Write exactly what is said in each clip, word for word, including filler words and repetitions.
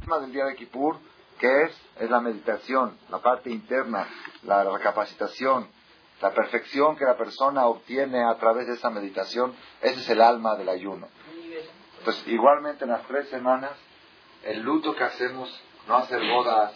tema del día de Kippur, ¿qué es? Es la meditación, la parte interna, la recapacitación, la perfección que la persona obtiene a través de esa meditación. Ese es el alma del ayuno. Pues igualmente en las tres semanas, el luto que hacemos, no hacer bodas,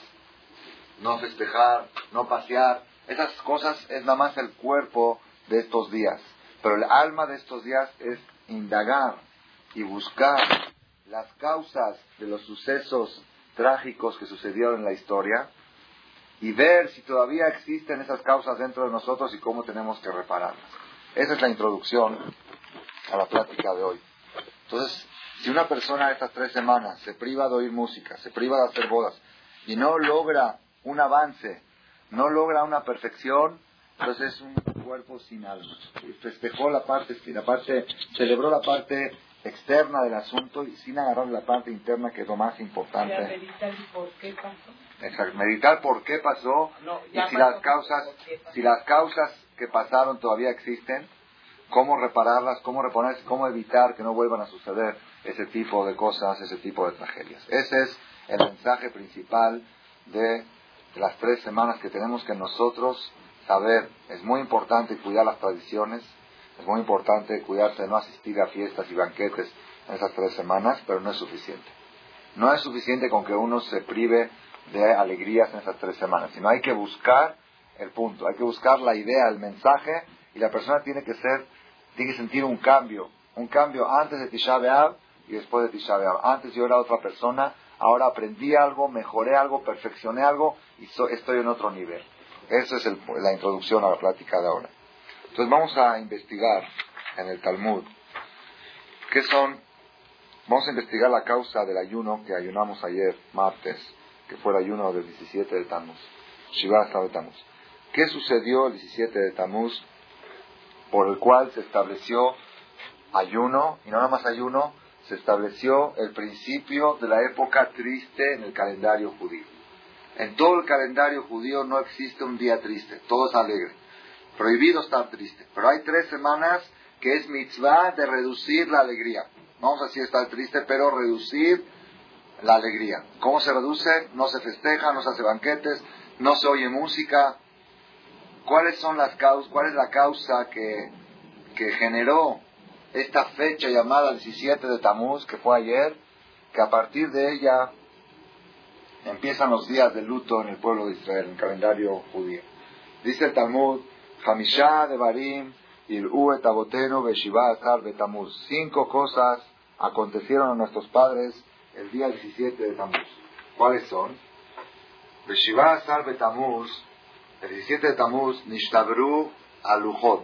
no festejar, no pasear, esas cosas es nada más el cuerpo de estos días. Pero el alma de estos días es indagar y buscar las causas de los sucesos trágicos que sucedieron en la historia y ver si todavía existen esas causas dentro de nosotros y cómo tenemos que repararlas. Esa es la introducción a la plática de hoy. Entonces, si una persona estas tres semanas se priva de oír música, se priva de hacer bodas y no logra un avance, no logra una perfección, entonces es un cuerpo sin alma. Festejó la parte, la parte, celebró la parte externa del asunto y sin agarrar la parte interna, que es lo más importante. Meditar por qué pasó. Exacto, meditar por qué pasó No, y si las causas, si las causas que pasaron todavía existen, cómo repararlas, cómo reponerlas, cómo evitar que no vuelvan a suceder ese tipo de cosas, ese tipo de tragedias. Ese es el mensaje principal de las tres semanas que tenemos que nosotros saber. Es muy importante cuidar las tradiciones, es muy importante cuidarse de no asistir a fiestas y banquetes en esas tres semanas, pero no es suficiente. No es suficiente con que uno se prive de alegrías en esas tres semanas, sino hay que buscar el punto, hay que buscar la idea, el mensaje, y la persona tiene que ser, tiene que sentir un cambio, un cambio antes de Tisha B'Av y después de Tisha B'Av. Antes yo era otra persona, ahora aprendí algo, mejoré algo, perfeccioné algo y so, estoy en otro nivel. Esa es el, la introducción a la plática de ahora. Entonces vamos a investigar en el Talmud qué son, vamos a investigar la causa del ayuno que ayunamos ayer, martes, que fue el ayuno del diecisiete de Tammuz, Shiva de Tammuz. ¿Qué sucedió el diecisiete de Tammuz por el cual se estableció ayuno, y no nada más ayuno, se estableció el principio de la época triste en el calendario judío? En todo el calendario judío no existe un día triste, todo es alegre. Prohibido estar triste, pero hay tres semanas que es mitzvah de reducir la alegría. No vamos a decir estar triste, pero reducir la alegría. ¿Cómo se reduce? No se festeja, no se hace banquetes, no se oye música. ¿Cuáles son las causas? ¿Cuál es la causa que, que generó esta fecha llamada diecisiete de Tammuz, que fue ayer, que a partir de ella empiezan los días de luto en el pueblo de Israel, en el calendario judío? Dice el Talmud, Hamishá de Barim, Il'u et Abotenu Beshiva Asar Betamuz. Cinco cosas acontecieron a nuestros padres el día diecisiete de Tammuz. ¿Cuáles son? Beshiva Asar Betamuz, el diecisiete de Tammuz, Nishtabru Alujot.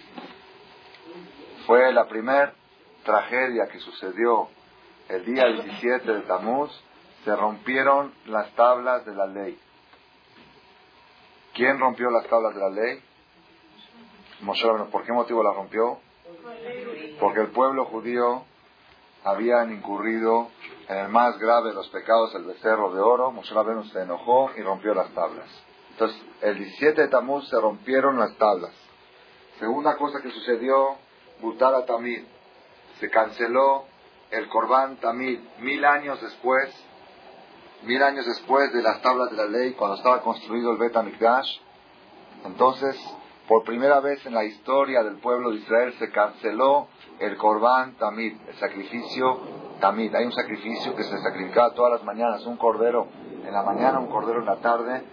Fue la primera tragedia que sucedió el día diecisiete de Tammuz. Se rompieron las tablas de la ley. ¿Quién rompió las tablas de la ley? Moshe Rabbeinu. ¿Por qué motivo las rompió? Porque el pueblo judío habían incurrido en el más grave de los pecados, el becerro de oro. Moshe Rabbeinu se enojó y rompió las tablas. Entonces, el diecisiete de Tammuz se rompieron las tablas. Segunda cosa que sucedió, Butala Tamid. Se canceló el Corbán Tamid. Mil años después, mil años después de las tablas de la ley, cuando estaba construido el Bet HaMikdash, entonces, por primera vez en la historia del pueblo de Israel, se canceló el Corbán Tamid, el sacrificio Tamid. Hay un sacrificio que se sacrificaba todas las mañanas, un cordero en la mañana, un cordero en la tarde,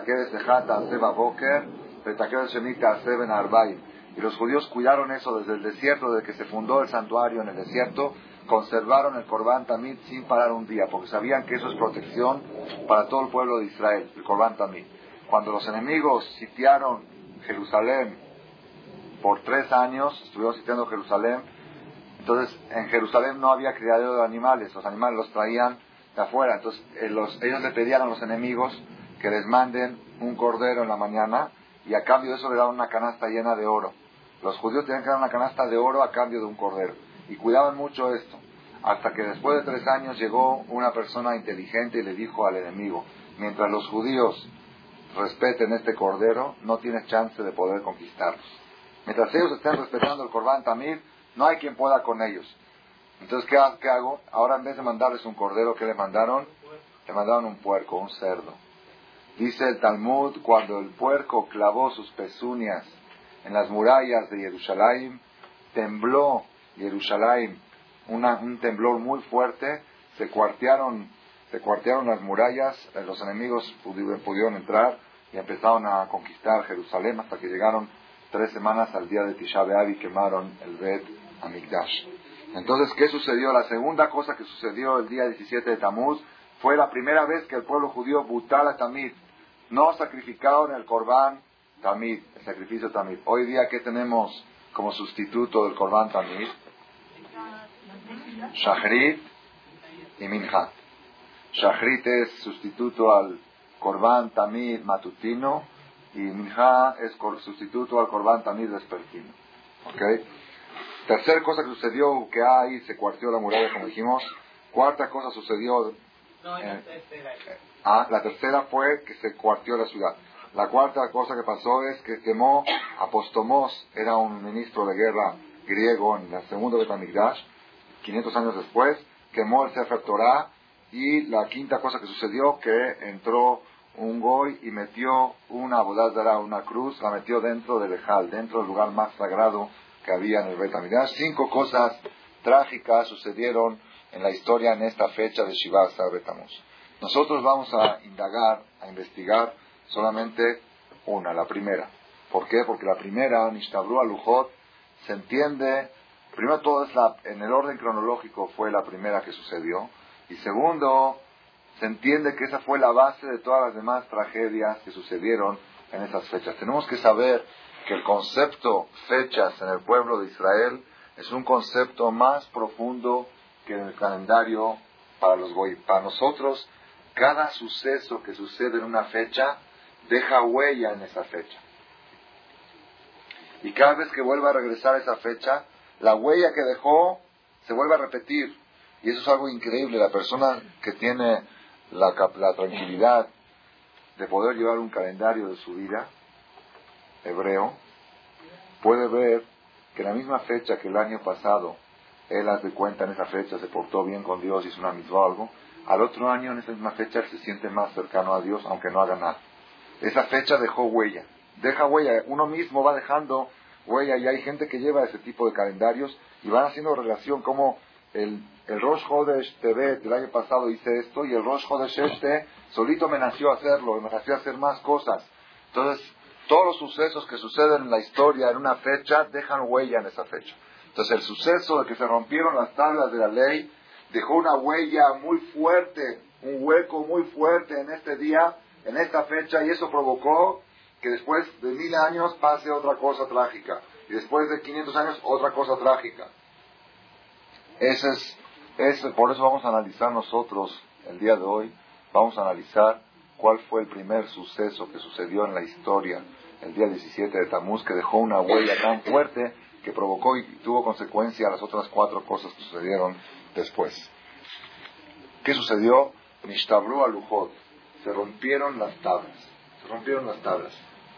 y los judíos cuidaron eso desde el desierto, desde que se fundó el santuario en el desierto, conservaron el Corbán Tamid sin parar un día, porque sabían que eso es protección para todo el pueblo de Israel, el Corbán Tamid. Cuando los enemigos sitiaron Jerusalén por tres años, estuvieron sitiando Jerusalén, entonces en Jerusalén no había criadero de animales, los animales los traían de afuera, entonces eh, los, ellos le pedían a los enemigos que les manden un cordero en la mañana, y a cambio de eso le daban una canasta llena de oro. Los judíos tenían que dar una canasta de oro a cambio de un cordero, y cuidaban mucho esto, hasta que después de tres años llegó una persona inteligente y le dijo al enemigo: mientras los judíos respeten este cordero, no tienes chance de poder conquistarlos. Mientras ellos estén respetando el Corbán Tamid, no hay quien pueda con ellos. Entonces, ¿qué, ¿qué hago? Ahora, en vez de mandarles un cordero, ¿qué le mandaron? le mandaron un puerco, un cerdo. Dice el Talmud, cuando el puerco clavó sus pezuñas en las murallas de Jerusalén, tembló Jerusalén, una, un temblor muy fuerte, se cuartearon, se cuartearon las murallas, los enemigos pudieron, pudieron entrar y empezaron a conquistar Jerusalén hasta que llegaron tres semanas al día de Tisha B'Av y quemaron el Bet Hamikdash. Entonces, ¿qué sucedió? La segunda cosa que sucedió el día diecisiete de Tamuz fue la primera vez que el pueblo judío butala tamid, no sacrificaron el Corbán tamid, el sacrificio tamid. Hoy día, ¿qué tenemos como sustituto del Corbán tamid? Shachrit y Minha. Shachrit es sustituto al Corbán tamid matutino y Minha es sustituto al Corbán tamid vespertino. ¿Ok? Tercera cosa que sucedió, que ahí se cuarteó la muralla, como dijimos. Cuarta cosa sucedió. No, eh, la tercera. Ah, la tercera fue que se cuarteó la ciudad. La cuarta cosa que pasó es que quemó Apostomos, era un ministro de guerra griego en el segundo Bet Hamikdash, quinientos años después, quemó el Sefer Torah. Y la quinta cosa que sucedió, que entró un goy y metió una abodazara, una cruz, la metió dentro del Ejal, dentro del lugar más sagrado que había en el Bet Hamikdash. Cinco cosas trágicas sucedieron en la historia en esta fecha de Shiva Asar Betamuz. Nosotros vamos a indagar, a investigar solamente una, la primera. ¿Por qué? Porque la primera, Nishtabru Alujot, se entiende, primero todo es la, en el orden cronológico fue la primera que sucedió, y segundo, se entiende que esa fue la base de todas las demás tragedias que sucedieron en esas fechas. Tenemos que saber que el concepto fechas en el pueblo de Israel es un concepto más profundo que en el calendario para los goy. Para nosotros, cada suceso que sucede en una fecha deja huella en esa fecha. Y cada vez que vuelva a regresar a esa fecha, la huella que dejó se vuelve a repetir. Y eso es algo increíble. La persona que tiene la, la tranquilidad de poder llevar un calendario de su vida hebreo, puede ver que en la misma fecha que el año pasado, él hace cuenta en esa fecha, se portó bien con Dios, hizo una mitzvah o algo, al otro año en esa misma fecha él se siente más cercano a Dios, aunque no haga nada. Esa fecha dejó huella, deja huella, uno mismo va dejando huella, y hay gente que lleva ese tipo de calendarios y van haciendo relación como el, el Rosh Hodesh Tevet del año pasado hice esto, y el Rosh Hodesh este solito me nació a hacerlo, me nació a hacer más cosas. Entonces, todos los sucesos que suceden en la historia en una fecha dejan huella en esa fecha. Entonces el suceso de que se rompieron las tablas de la ley dejó una huella muy fuerte, un hueco muy fuerte en este día, en esta fecha, y eso provocó que después de mil años pase otra cosa trágica, y después de quinientos años otra cosa trágica. Ese es, ese, por eso vamos a analizar nosotros el día de hoy, vamos a analizar cuál fue el primer suceso que sucedió en la historia el día diecisiete de Tamuz, que dejó una huella tan fuerte que provocó y tuvo consecuencia a las otras cuatro cosas que sucedieron después. ¿Qué sucedió? Nishtabru Alujot, se rompieron las tablas, se rompieron las tablas.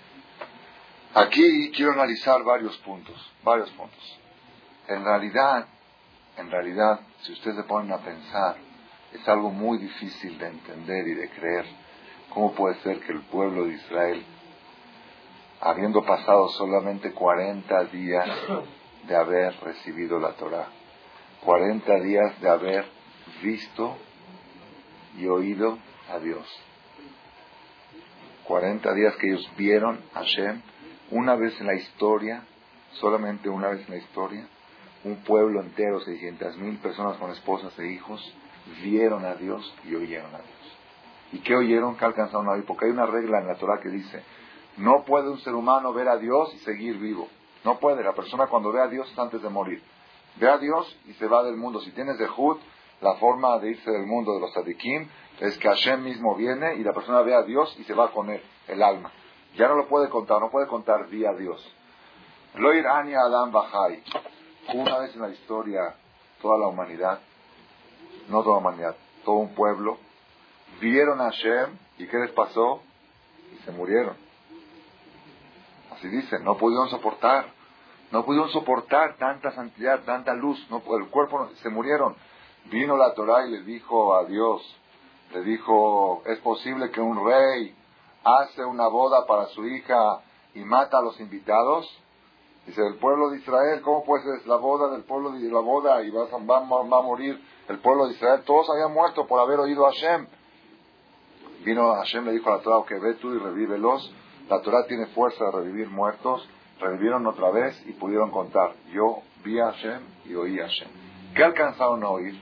Aquí quiero analizar varios puntos, varios puntos. En realidad, en realidad, si ustedes se ponen a pensar, es algo muy difícil de entender y de creer. ¿Cómo puede ser que el pueblo de Israel, habiendo pasado solamente cuarenta días de haber recibido la Torah, cuarenta días de haber visto y oído a Dios, cuarenta días que ellos vieron a Hashem, una vez en la historia, solamente una vez en la historia, un pueblo entero, seiscientas mil personas con esposas e hijos, vieron a Dios y oyeron a Dios. ¿Y qué oyeron? ¿Qué alcanzaron a oír? Porque hay una regla en la Torah que dice, no puede un ser humano ver a Dios y seguir vivo. No puede. La persona cuando ve a Dios es antes de morir. Ve a Dios y se va del mundo. Si tienes Zehut, la forma de irse del mundo de los tzadikim es que Hashem mismo viene y la persona ve a Dios y se va con él, el alma. Ya no lo puede contar, no puede contar vi a Dios. Lo irani Adam Bajai. Una vez en la historia, toda la humanidad, no toda la humanidad, todo un pueblo, vieron a Hashem, ¿y qué les pasó? Y se murieron. Así dicen, no pudieron soportar, no pudieron soportar tanta santidad, tanta luz, no, el cuerpo no, se murieron. Vino la Torah y les dijo a Dios, le dijo, ¿es posible que un rey hace una boda para su hija y mata a los invitados? Dice, el pueblo de Israel, ¿cómo puede ser la boda del pueblo de la boda y va a, va, va a morir el pueblo de Israel? Todos habían muerto por haber oído a Hashem. Vino Hashem, le dijo a la Torah, que ve tú y revívelos. La Torah tiene fuerza de revivir muertos. Revivieron otra vez y pudieron contar. Yo vi a Hashem y oí a Hashem. ¿Qué alcanzaron a oír?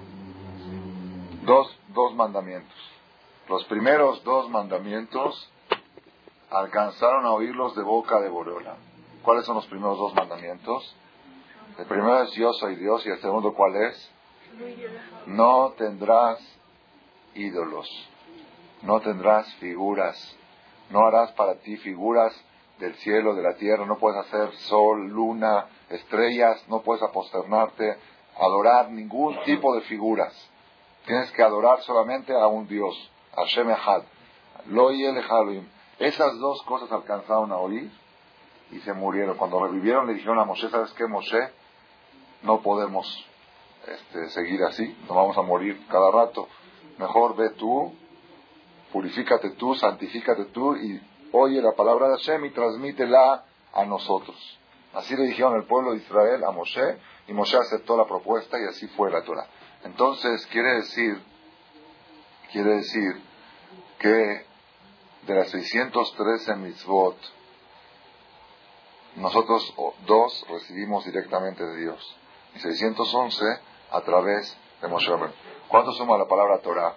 Dos, dos mandamientos. Los primeros dos mandamientos alcanzaron a oírlos de boca de Boreola. ¿Cuáles son los primeros dos mandamientos? El primero es yo soy Dios y el segundo ¿cuál es? No tendrás ídolos, no tendrás figuras, no harás para ti figuras del cielo, de la tierra, no puedes hacer sol, luna, estrellas, no puedes aposternarte, adorar ningún tipo de figuras. Tienes que adorar solamente a un Dios, Hashem Echad, Lo Yeh Elohim. Esas dos cosas alcanzaron a oír y se murieron. Cuando revivieron le dijeron a Moshe, ¿sabes qué, Moshe? No podemos este, seguir así, nos vamos a morir cada rato. Mejor ve tú, purifícate tú, santifícate tú y oye la palabra de Hashem y transmítela a nosotros. Así le dijeron al pueblo de Israel a Moshe, y Moshe aceptó la propuesta y así fue la Torah. Entonces quiere decir, quiere decir que de las seiscientos trece mitzvot, nosotros dos recibimos directamente de Dios. Y seiscientos once a través de Moshe Rabbeinu. ¿Cuánto suma la palabra Torah?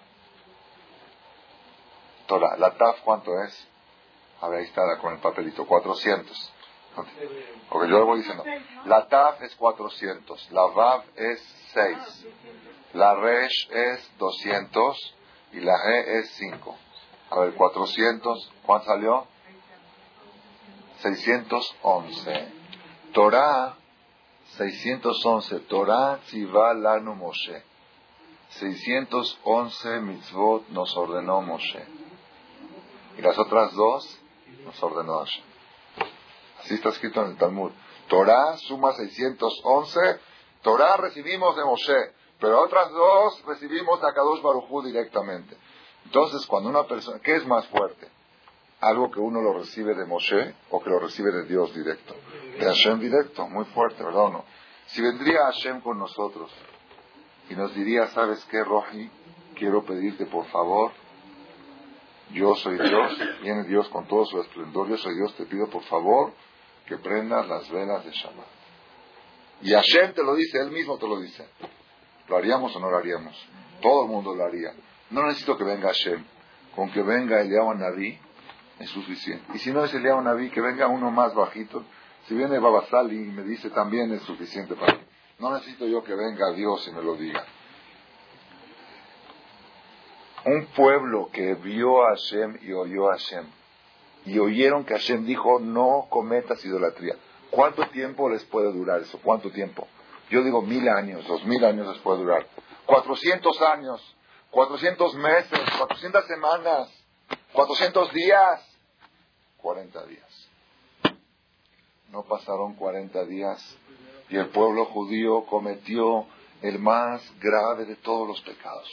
Torah. La Taf, ¿cuánto es? A ver, ahí está con el papelito. cuatrocientos. Porque yo le voy diciendo. La Taf es cuatrocientos. La Vav es seis. La Resh es doscientos. Y la He es cinco. A ver, cuatrocientos. ¿Cuánto salió? seiscientos once. Torah, seiscientos once. Torah Tzivá Lanu Moshe. seiscientos once mitzvot nos ordenó Moshe. Y las otras dos nos ordenó Hashem. Así está escrito en el Talmud. Torah suma seiscientos once. Torah recibimos de Moshe. Pero otras dos recibimos de Akadosh Baruj Hu directamente. Entonces, cuando una persona... ¿Qué es más fuerte? ¿Algo que uno lo recibe de Moshe o que lo recibe de Dios directo? De Hashem directo, muy fuerte, ¿verdad o no? Si vendría Hashem con nosotros y nos diría, ¿sabes qué, Roji? Quiero pedirte, por favor, yo soy Dios, viene Dios con todo su esplendor, yo soy Dios, te pido, por favor, que prendas las velas de Shabbat. Y Hashem te lo dice, Él mismo te lo dice. ¿Lo haríamos o no lo haríamos? Todo el mundo lo haría. No necesito que venga Hashem. Con que venga Eliyahu Naví es suficiente. Y si no es Eliyahu Naví, que venga uno más bajito. Si viene Baba Sali y me dice, también es suficiente para mí. No necesito yo que venga Dios y me lo diga. Un pueblo que vio a Hashem y oyó a Hashem, y oyeron que Hashem dijo, no cometas idolatría. ¿Cuánto tiempo les puede durar eso? ¿Cuánto tiempo? Yo digo mil años, dos mil años les puede durar. Cuatrocientos años, cuatrocientos meses, cuatrocientas semanas, cuatrocientos días, cuarenta días. No pasaron cuarenta días y el pueblo judío cometió el más grave de todos los pecados.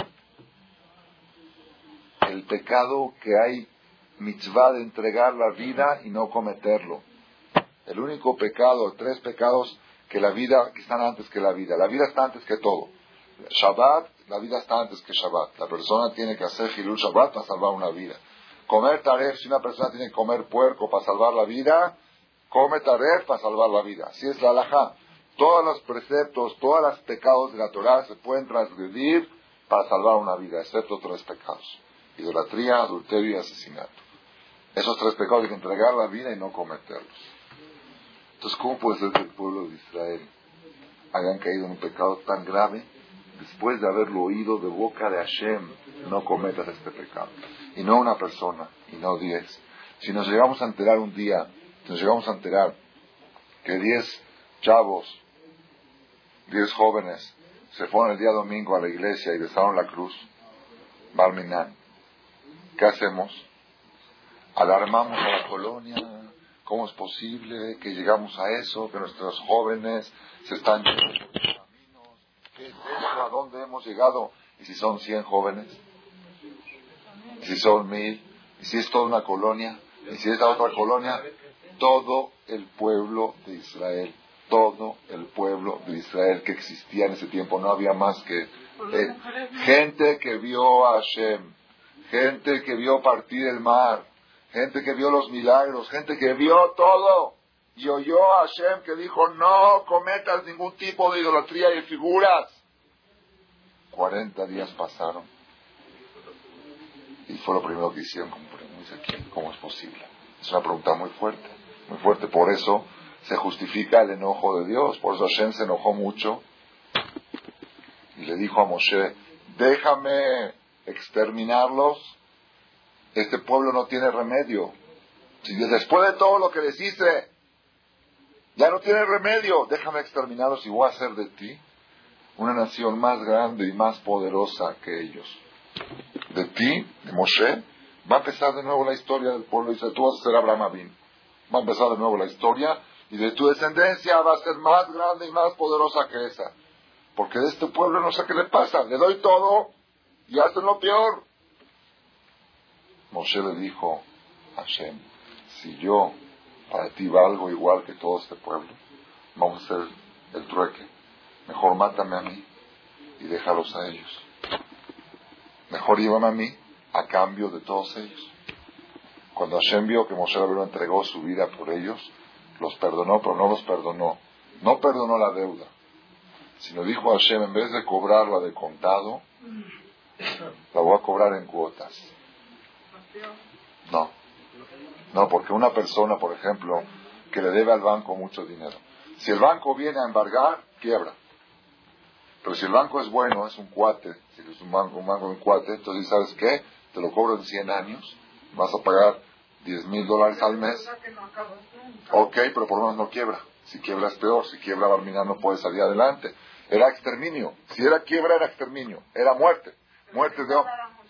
El pecado que hay mitzvah de entregar la vida y no cometerlo. El único pecado, tres pecados que la vida, que están antes que la vida. La vida está antes que todo. Shabbat, la vida está antes que Shabbat. La persona tiene que hacer Hilul Shabbat para salvar una vida. Comer taref, si una persona tiene que comer puerco para salvar la vida, come taref para salvar la vida. Así es la halajá. Todos los preceptos, todos los pecados de la Torah se pueden transgredir para salvar una vida, excepto tres pecados. Idolatría, adulterio y asesinato. Esos tres pecados hay que entregar la vida y no cometerlos. Entonces, ¿cómo puede ser que el pueblo de Israel hayan caído en un pecado tan grave? Después de haberlo oído de boca de Hashem, no cometas este pecado. Y no una persona, y no diez. Si nos llegamos a enterar un día, si nos llegamos a enterar que diez chavos, diez jóvenes, se fueron el día domingo a la iglesia y besaron la cruz, Barminan, ¿qué hacemos? Alarmamos a la colonia. ¿Cómo es posible que llegamos a eso? Que nuestros jóvenes se están yendo por los caminos. ¿Qué es eso? ¿A dónde hemos llegado? ¿Y si son cien jóvenes? si son mil, y si es toda una colonia, y si es la otra colonia, todo el pueblo de Israel, todo el pueblo de Israel que existía en ese tiempo, no había más que eh, gente que vio a Hashem, gente que vio partir el mar, gente que vio los milagros, gente que vio todo, y oyó a Hashem que dijo, no cometas ningún tipo de idolatría y figuras. cuarenta días pasaron, y fue lo primero que hicieron, como dice, ¿cómo es posible? Es una pregunta muy fuerte, muy fuerte, por eso se justifica el enojo de Dios, por eso Hashem se enojó mucho, y le dijo a Moshe, déjame exterminarlos, este pueblo no tiene remedio. Si después de todo lo que les hice, ya no tiene remedio, déjame exterminarlos y voy a hacer de ti una nación más grande y más poderosa que ellos. De ti, de Moshe, va a empezar de nuevo la historia del pueblo. Dice, tú vas a ser Abraham Avin. Va a empezar de nuevo la historia y de tu descendencia va a ser más grande y más poderosa que esa. Porque de este pueblo no sé qué le pasa, le doy todo y hacen lo peor. Moshe le dijo a Hashem, si yo para ti valgo igual que todo este pueblo, vamos a hacer el trueque. Mejor mátame a mí y déjalos a ellos. Mejor llévame a mí a cambio de todos ellos. Cuando Hashem vio que Moshe Rabbeinu entregó su vida por ellos, los perdonó, pero no los perdonó. No perdonó la deuda, sino dijo a Hashem, en vez de cobrarla de contado, la voy a cobrar en cuotas. No, no, porque una persona, por ejemplo, que le debe al banco mucho dinero, si el banco viene a embargar, quiebra. Pero si el banco es bueno, es un cuate, si es un banco, un banco de un cuate, entonces ¿sabes qué? Te lo cobro en cien años, vas a pagar diez mil dólares al mes. Ok, pero por lo menos no quiebra. Si quiebra es peor, si quiebra Barminan no puede salir adelante. Era exterminio, si era quiebra era exterminio, era muerte. Muerte de...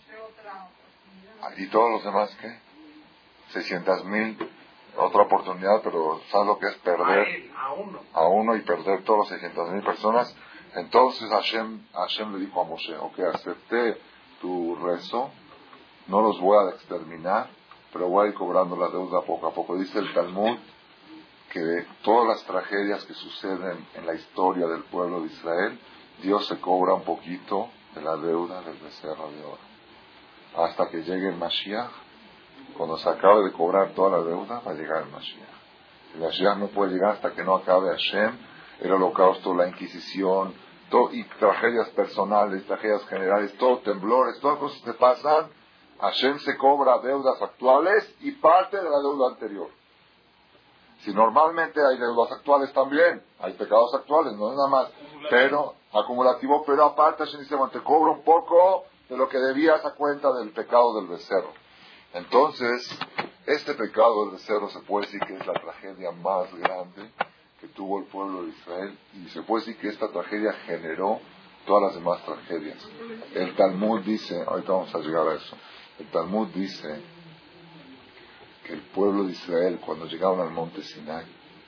¿Y todos los demás qué? seiscientas mil, otra oportunidad, pero ¿sabes lo que es perder a uno? A uno y perder todas las seiscientas mil personas. Entonces Hashem, Hashem le dijo a Moshe, ok, acepté tu rezo, no los voy a exterminar, pero voy a ir cobrando la deuda poco a poco. Dice el Talmud que todas las tragedias que suceden en la historia del pueblo de Israel, Dios se cobra un poquito de la deuda del becerro de oro. Hasta que llegue el Mashiach, cuando se acabe de cobrar toda la deuda, va a llegar el Mashiach. El Mashiach no puede llegar hasta que no acabe Hashem, el holocausto, la Inquisición, todo, y tragedias personales, tragedias generales, todos temblores, todas cosas que pasan. Hashem se cobra deudas actuales y parte de la deuda anterior. Si normalmente hay deudas actuales también, hay pecados actuales, no es nada más, pero acumulativo, pero aparte Hashem dice, bueno, te cobro un poco de lo que debías a cuenta del pecado del becerro. Entonces, este pecado del becerro se puede decir que es la tragedia más grande que tuvo el pueblo de Israel, y se puede decir que esta tragedia generó todas las demás tragedias. El Talmud dice, ahorita vamos a llegar a eso, el Talmud dice que el pueblo de Israel, cuando llegaron al monte Sinai,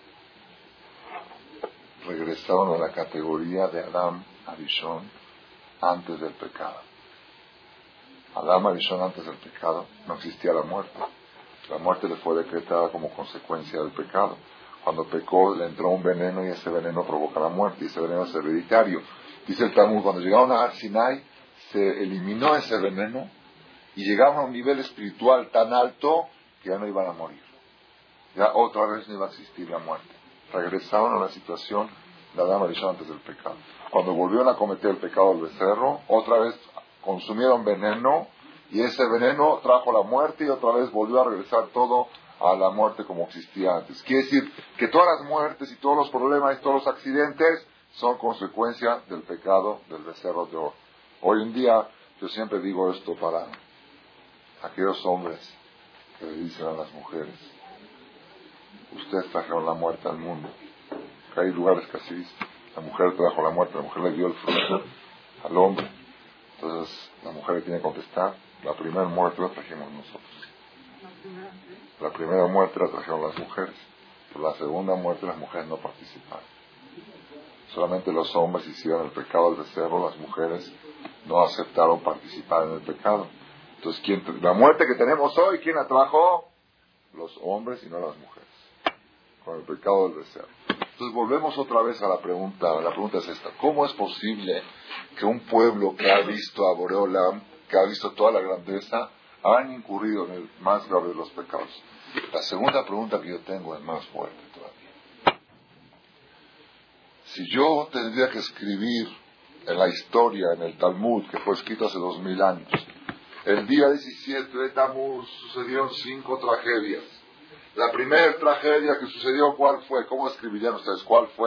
regresaron a la categoría de Adam Arishon antes del pecado. Adam Arishon antes del pecado no existía la muerte. La muerte le fue decretada como consecuencia del pecado. Cuando pecó le entró un veneno y ese veneno provoca la muerte y ese veneno es hereditario. Dice el Talmud, cuando llegaron a Har Sinai se eliminó ese veneno y llegaron a un nivel espiritual tan alto que ya no iban a morir. Ya otra vez no iba a existir la muerte. Regresaron a la situación de Adam Arishon antes del pecado. Cuando volvieron a cometer el pecado del becerro, otra vez consumieron veneno y ese veneno trajo la muerte y otra vez volvió a regresar todo a la muerte como existía antes. Quiere decir que todas las muertes y todos los problemas y todos los accidentes son consecuencia del pecado del becerro de oro. Hoy en día yo siempre digo esto para aquellos hombres que le dicen a las mujeres, ustedes trajeron la muerte al mundo. Que hay lugares que así dicen, la mujer trajo la muerte, la mujer le dio el fruto al hombre. Entonces la mujer le tiene que contestar, la primera muerte la trajimos nosotros. La primera muerte la trajeron las mujeres, pero la segunda muerte las mujeres no participaron. Solamente los hombres hicieron el pecado del becerro, las mujeres no aceptaron participar en el pecado. Entonces, ¿quién, la muerte que tenemos hoy, ¿quién la trajo? Los hombres y no las mujeres. Con el pecado del deseo. Entonces, volvemos otra vez a la pregunta. La pregunta es esta. ¿Cómo es posible que un pueblo que ha visto a Boreolam, que ha visto toda la grandeza, han incurrido en el más grave de los pecados? La segunda pregunta que yo tengo es más fuerte todavía. Si yo tendría que escribir en la historia, en el Talmud, que fue escrito hace dos mil años, el día diecisiete de Tammuz sucedieron cinco tragedias. La primera tragedia que sucedió, ¿cuál fue? ¿Cómo escribirían ustedes? ¿Cuál fue?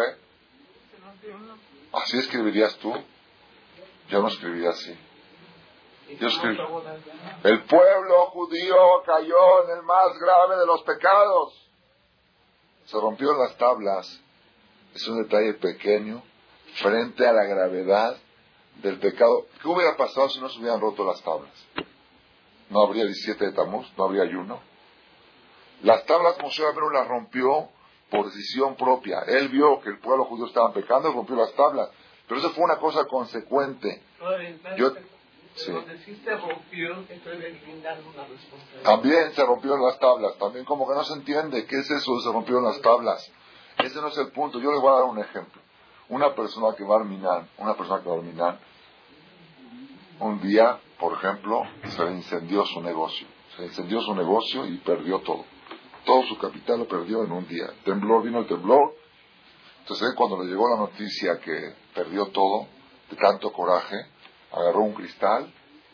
¿Así escribirías tú? Yo no escribiría así. Yo escribí. El pueblo judío cayó en el más grave de los pecados. Se rompieron las tablas. Es un detalle pequeño frente a la gravedad del pecado. ¿Qué hubiera pasado si no se hubieran roto las tablas? ¿No habría diecisiete de Tammuz? ¿No habría ayuno? Las tablas Moshe Rabbeinu las rompió por decisión propia. Él vio que el pueblo judío estaba pecando y rompió las tablas. Pero eso fue una cosa consecuente. Yo, sí. También se rompieron las tablas. También como que no se entiende qué es eso de se rompieron las tablas. Ese no es el punto. Yo les voy a dar un ejemplo. Una persona que va al Minan, una persona que va al Minan, un día, por ejemplo, se le incendió su negocio. Se le incendió su negocio y perdió todo. Todo su capital lo perdió en un día. Temblor, vino el temblor. Entonces, cuando le llegó la noticia que perdió todo, de tanto coraje, agarró un cristal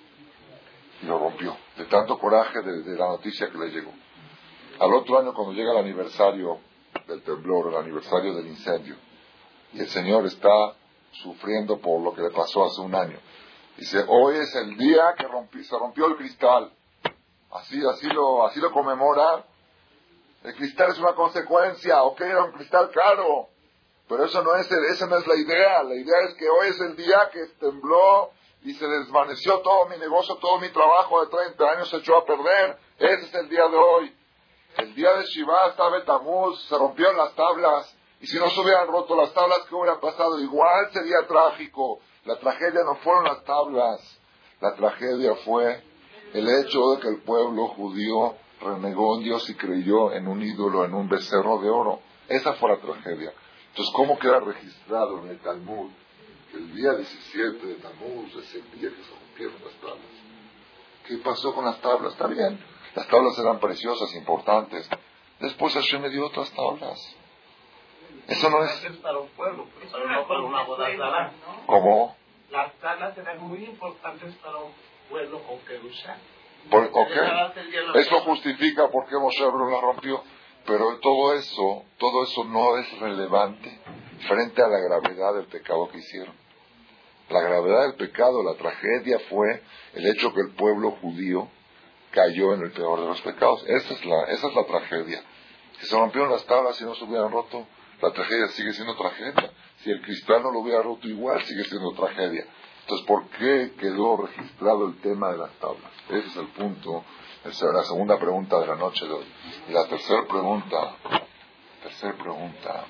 y lo rompió. De tanto coraje de, de la noticia que le llegó. Al otro año, cuando llega el aniversario del temblor, el aniversario del incendio, y el señor está sufriendo por lo que le pasó hace un año, dice, hoy es el día que rompí, se rompió el cristal. Así, así lo, así lo conmemora. El cristal es una consecuencia. Ok, era un cristal caro, pero eso no es, el, esa no es la idea. La idea es que hoy es el día que tembló y se desvaneció todo mi negocio, todo mi trabajo de treinta años se echó a perder. Ese es el día de hoy. El día de Shiva estaba en Tammuz, se rompieron las tablas, y si no se hubieran roto las tablas, ¿qué hubiera pasado? Igual sería trágico. La tragedia no fueron las tablas. La tragedia fue el hecho de que el pueblo judío renegó en Dios y creyó en un ídolo, en un becerro de oro. Esa fue la tragedia. Entonces, ¿cómo queda registrado en el Talmud que el día diecisiete de Tammuz es el día que se rompieron las tablas? ¿Qué pasó con las tablas? Está bien. Las tablas eran preciosas, importantes. Después Hashem me dio otras tablas. Eso no es... para un pueblo, pero no para una boda zará. ¿Cómo? Las tablas eran muy importantes para un pueblo con Kedusha. Por, ok, eso justifica por qué Moshe Rabbeinu la rompió, pero todo eso, todo eso no es relevante frente a la gravedad del pecado que hicieron. La gravedad del pecado, la tragedia fue el hecho que el pueblo judío cayó en el peor de los pecados. Esa es la, esa es la tragedia. Si se rompieron las tablas y no se hubieran roto, la tragedia sigue siendo tragedia. Si el cristal no lo hubiera roto igual, sigue siendo tragedia. Entonces, ¿por qué quedó registrado el tema de las tablas? Ese es el punto, esa es la segunda pregunta de la noche de hoy. Y la tercera pregunta, tercera pregunta,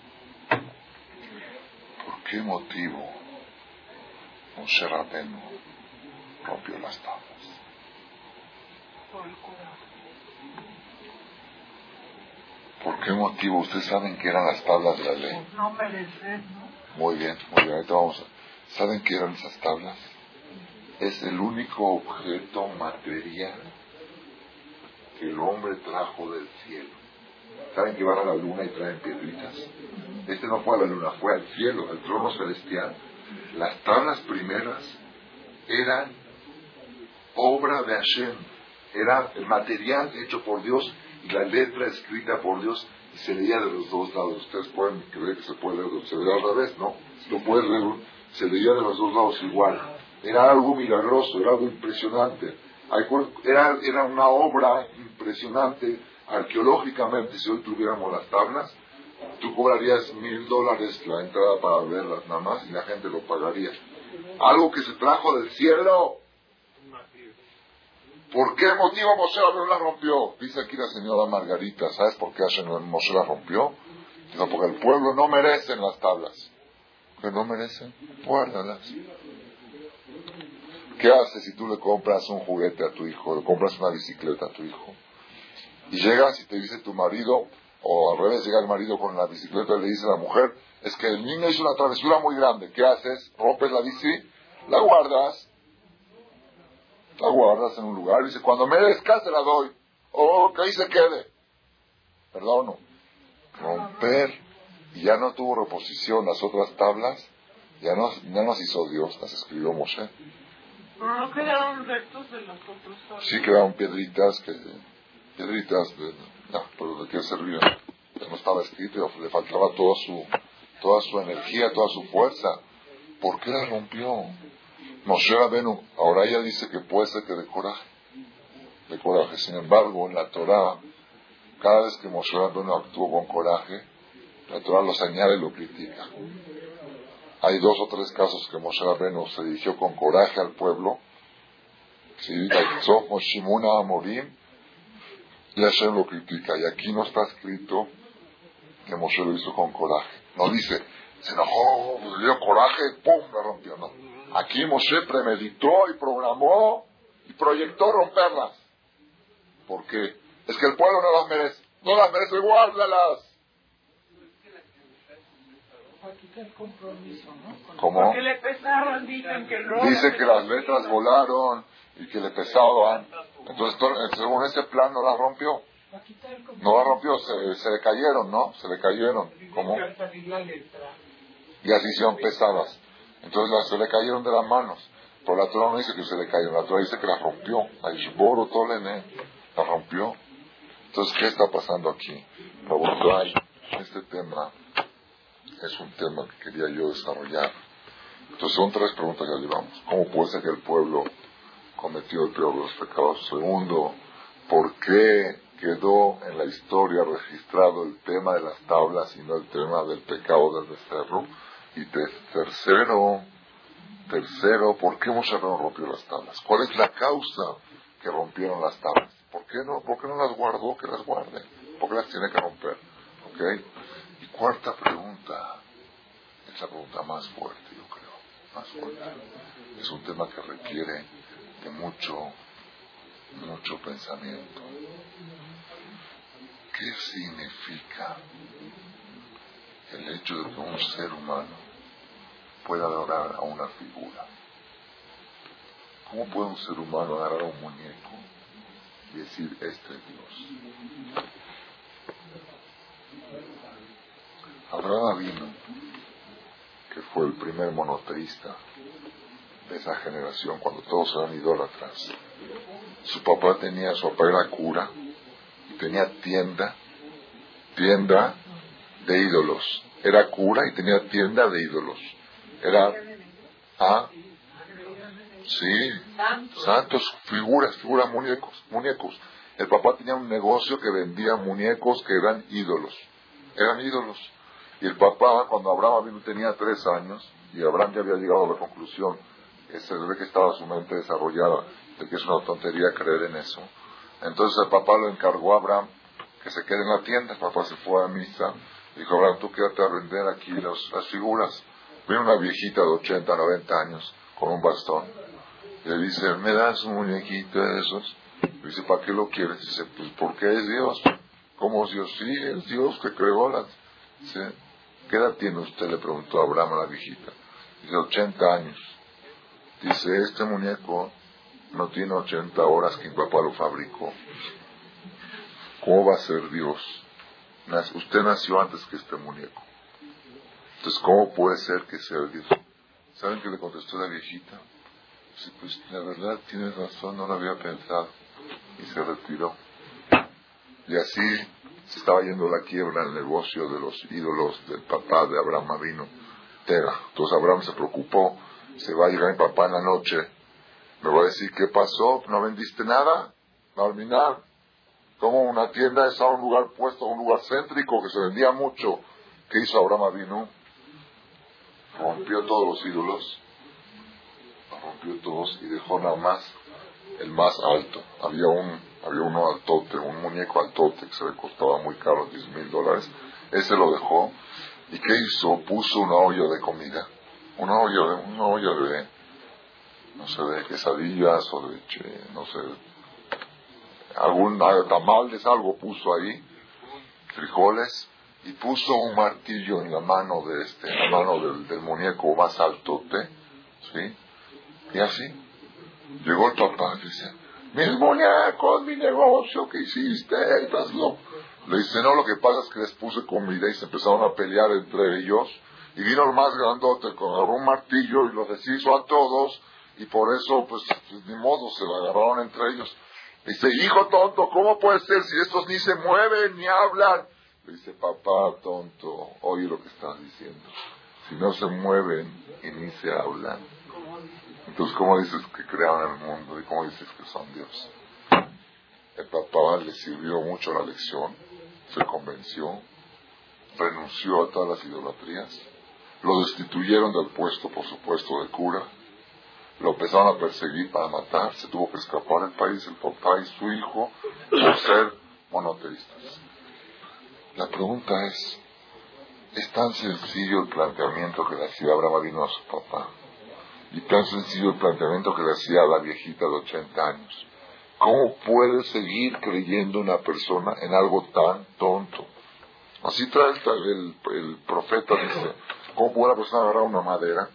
¿por qué motivo Moshe Rabbeinu rompió las tablas? Por el corazón. ¿Por qué motivo? ¿Ustedes saben qué eran las tablas de la ley? No merecer, ¿no? Muy bien, muy bien, ahorita vamos a... ¿Saben qué eran esas tablas? Es el único objeto material que el hombre trajo del cielo. ¿Saben que van a la luna y traen piedritas? Este no fue a la luna, fue al cielo, al trono celestial. Las tablas primeras eran obra de Hashem. Era el material hecho por Dios y la letra escrita por Dios y se leía de los dos lados. Ustedes pueden creer que se puede leer, se leía al revés, ¿no? Lo puedes leer, se leía de los dos lados igual. Era algo milagroso, era algo impresionante. Era, era una obra impresionante arqueológicamente. Si hoy tuviéramos las tablas, tú cobrarías mil dólares la entrada para verlas nada más y la gente lo pagaría. Algo que se trajo del cielo. ¿Por qué motivo Moshe Rabbeinu la rompió? Dice aquí la señora Margarita. ¿Sabes por qué Moshe la rompió? Dice, porque el pueblo no merece las tablas. ¿Que no merecen? Guárdalas. ¿Qué haces si tú le compras un juguete a tu hijo, le compras una bicicleta a tu hijo? Y llegas y te dice tu marido, o al revés, llega el marido con la bicicleta y le dice a la mujer, es que el niño hizo una travesura muy grande. ¿Qué haces? ¿Rompes la bici? La guardas. La guardas en un lugar y dice, cuando merezca se la doy. O que ahí se quede. Perdón. Romper. Y ya no tuvo reposición las otras tablas. Ya no, ya nos hizo Dios, las escribió Moshe. Pero no quedaron rectos de las otras tablas. Sí quedaron piedritas que... Piedritas de... No, pero ¿de qué servía? No estaba escrito, le faltaba toda su, toda su energía, toda su fuerza. ¿Por qué la rompió? Moshe Rabenu, ahora ella dice que puede ser que de coraje. De coraje. Sin embargo, en la Torah, cada vez que Moshe Rabenu actuó con coraje, la Torah lo señala y lo critica. Hay dos o tres casos que Moshe Rabenu se dirigió con coraje al pueblo. Se dice, Moshimuna Amorim, y Hashem lo critica. Y aquí no está escrito que Moshe lo hizo con coraje. No dice, se enojó, le dio coraje, ¡pum!, la rompió. No. Aquí Moshe premeditó y programó y proyectó romperlas. ¿Por qué? Es que el pueblo no las merece. No las merece, guárdalas. ¿Cómo? Porque le pesaron, dicen que no. Dice que las letras volaron y que le pesaban. Entonces, según ese plan, no las rompió. No las rompió, se, se le cayeron, ¿no? Se le cayeron. ¿Cómo? Y así son pesadas. Entonces las, se le cayeron de las manos. Pero la Torah no dice que se le cayeron, la Torah dice que las rompió. Aishboro Tolene, las rompió. Entonces, ¿qué está pasando aquí? Rabotai, este tema es un tema que quería yo desarrollar. Entonces son tres preguntas que llevamos. ¿Cómo puede ser que el pueblo cometió el peor de los pecados? Segundo, ¿por qué quedó en la historia registrado el tema de las tablas y no el tema del pecado del becerro? Y tercero, tercero, ¿por qué Moshe no rompió las tablas? ¿Cuál es la causa que rompieron las tablas? ¿Por qué no, por qué no las guardó? Que las guarde. ¿Por qué las tiene que romper? ¿Ok? Y cuarta pregunta, es la pregunta más fuerte, yo creo, más fuerte. Es un tema que requiere de mucho, mucho pensamiento. ¿Qué significa el hecho de que un ser humano pueda adorar a una figura? ¿Cómo puede un ser humano agarrar a un muñeco y decir, este es Dios? Abraham Avinu, que fue el primer monoteísta de esa generación, cuando todos eran idólatras, su papá tenía, su papá era cura, y tenía tienda, tienda de ídolos. Era cura y tenía tienda de ídolos. Era, ah, sí, santos, figuras, figuras, muñecos, muñecos. El papá tenía un negocio que vendía muñecos que eran ídolos, eran ídolos. Y el papá, cuando Abraham Avinu tenía tres años, y Abraham ya había llegado a la conclusión, que se ve que estaba su mente desarrollada, de que es una tontería creer en eso. Entonces el papá lo encargó a Abraham que se quede en la tienda. El papá se fue a misa, dijo, Abraham, tú quédate a vender aquí los, las figuras. Viene una viejita de ochenta, noventa años, con un bastón, y le dice, ¿me das un muñequito de esos? Le dice, ¿para qué lo quieres? Dice, pues porque es Dios. ¿Cómo es Dios? Sí, es Dios que creó las... Dice, ¿qué edad tiene usted? Le preguntó Abraham a la viejita. Dice, ochenta años. Dice, este muñeco no tiene ochenta horas que mi papá lo fabricó. ¿Cómo va a ser Dios? Usted nació antes que este muñeco. Entonces, ¿cómo puede ser que sea Dios? ¿Saben qué le contestó la viejita? Dice, pues la verdad tienes razón, no lo había pensado. Y se retiró. Y así se estaba yendo a la quiebra el negocio de los ídolos del papá de Abraham Avinu, Tera. Entonces Abraham se preocupó, se va a llegar mi papá en la noche, me va a decir, ¿qué pasó? ¿No vendiste nada? ¿No al minar? Como una tienda es a un lugar puesto, un lugar céntrico que se vendía mucho. ¿Qué hizo Abraham Avinu? Rompió todos los ídolos, rompió todos y dejó nada más el más alto. Había un había uno altote, un muñeco altote que se le costaba muy caro, diez mil dólares. Ese lo dejó. ¿Y qué hizo? Puso una olla de comida, una olla de, una olla de, no sé, de quesadillas o de, che, no sé, algún tamales, algo puso ahí, frijoles, y puso un martillo en la mano de este, en la mano del, del muñeco más altote, ¿sí? Y así, llegó el papá y dice, mis muñecos, mi negocio, ¿qué hiciste? ¿Estás loco? Le dice, no, lo que pasa es que les puse comida y se empezaron a pelear entre ellos, y vino el más grandote con un martillo y los deshizo a todos, y por eso, pues, pues ni modo, se la agarraron entre ellos. Dice, hijo tonto, ¿cómo puede ser si estos ni se mueven ni hablan? Le dice, papá tonto, oye lo que estás diciendo. Si no se mueven y ni se hablan, entonces ¿cómo dices que crearon el mundo y cómo dices que son Dios? El papá le sirvió mucho la lección, se convenció, renunció a todas las idolatrías, lo destituyeron del puesto, por supuesto, de cura, lo empezaron a perseguir para matar, se tuvo que escapar del país, el papá y su hijo, por ser monoteístas. La pregunta es, es tan sencillo el planteamiento que le hacía Abraham Avinu a su papá, y tan sencillo el planteamiento que le hacía a la viejita de ochenta años. ¿Cómo puede seguir creyendo una persona en algo tan tonto? Así trae el, el, el profeta, dice, ¿cómo puede una persona agarrar una madera,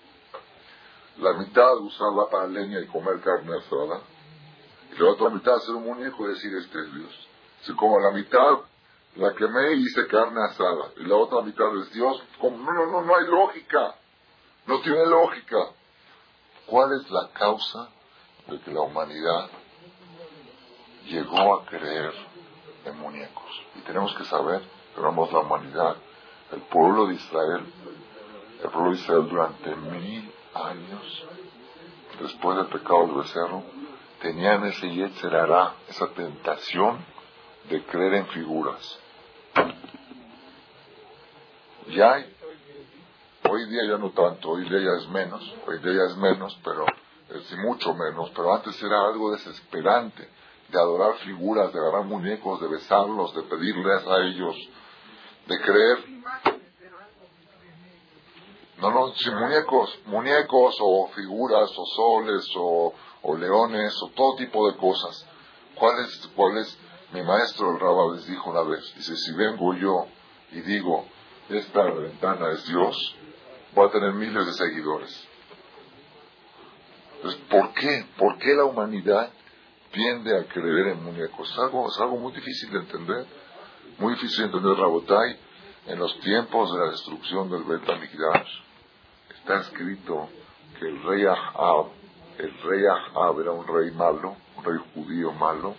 la mitad usarla para leña y comer carne asada, y la otra mitad hacer un muñeco y decir, este es Dios? Si como la mitad la quemé y hice carne asada, y la otra mitad es Dios, como, no, no, no hay lógica, no tiene lógica. ¿Cuál es la causa de que la humanidad llegó a creer en muñecos? Y tenemos que saber que vamos la humanidad, el pueblo de Israel, el pueblo de Israel durante mil años, después del pecado del becerro, tenían ese yetzer hará, esa tentación de creer en figuras. Ya hay, hoy día ya no tanto, hoy día ya es menos, hoy día ya es menos, pero es mucho menos, pero antes era algo desesperante, de adorar figuras, de agarrar muñecos, de besarlos, de pedirles a ellos, de creer. No, no, si muñecos, muñecos o figuras o soles o, o leones o todo tipo de cosas. ¿Cuál es, cuál es? Mi maestro el Rabba les dijo una vez, dice, si vengo yo y digo, esta ventana es Dios, voy a tener miles de seguidores. Entonces, ¿por qué? ¿Por qué la humanidad tiende a creer en muñecos? Es algo, es algo muy difícil de entender, muy difícil de entender, Rabotai. En los tiempos de la destrucción del Bet HaMikdash, está escrito que el rey Ahab, el rey Ahab era un rey malo, un rey judío malo.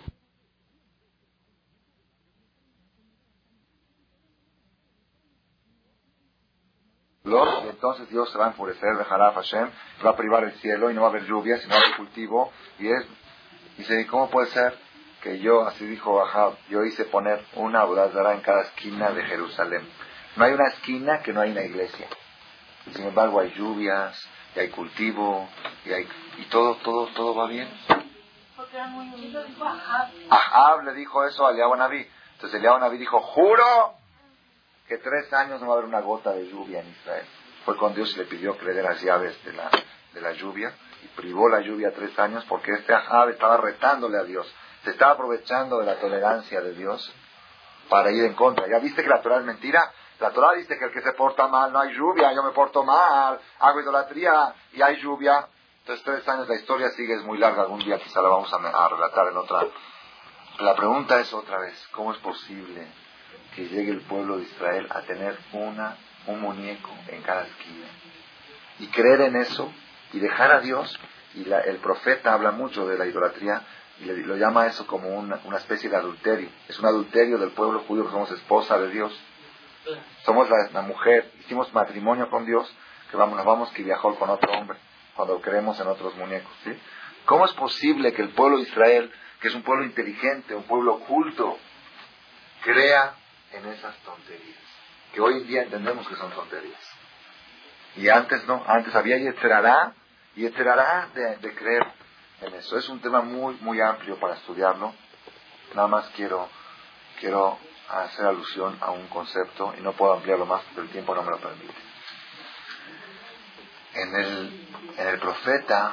Y entonces Dios se va a enfurecer, dejará a Hashem, va a privar el cielo y no va a haber lluvia, sino va a haber cultivo. Y es, dice, ¿cómo puede ser que yo, así dijo Ahab, yo hice poner una abodazara en cada esquina de Jerusalén? No hay una esquina que no hay una iglesia. Sin embargo, hay lluvias, y hay cultivo, y hay y todo, todo, todo va bien. Porque era muy unido, dijo Ahab. Ahab le dijo eso a Eliyahu Naví. Entonces Eliyahu Naví dijo, juro que tres años no va a haber una gota de lluvia en Israel. Fue cuando Dios le pidió que le dé las llaves de la, de la lluvia, y privó la lluvia tres años porque este Ahab estaba retándole a Dios. Se estaba aprovechando de la tolerancia de Dios para ir en contra. ¿Ya viste que la Torah es mentira? La Torah dice que el que se porta mal no hay lluvia, yo me porto mal, hago idolatría y hay lluvia. Entonces tres años, la historia sigue, es muy larga, algún día quizá la vamos a, a relatar en otra. La pregunta es otra vez, ¿cómo es posible que llegue el pueblo de Israel a tener una, un muñeco en cada esquina? Y creer en eso, y dejar a Dios, y la, el profeta habla mucho de la idolatría, y le, lo llama eso como una, una especie de adulterio. Es un adulterio del pueblo judío, que somos esposa de Dios. Somos la, la mujer, hicimos matrimonio con Dios, que vamos, nos vamos que viajó con otro hombre, cuando creemos en otros muñecos, ¿sí? ¿Cómo es posible que el pueblo de Israel, que es un pueblo inteligente, un pueblo culto, crea en esas tonterías? Que hoy en día entendemos que son tonterías. Y antes no, antes había yetzer hará, yetzer hará de, de creer en eso. Es un tema muy, muy amplio para estudiarlo. Nada más quiero, quiero hacer alusión a un concepto y no puedo ampliarlo más porque el tiempo no me lo permite. En el, en el profeta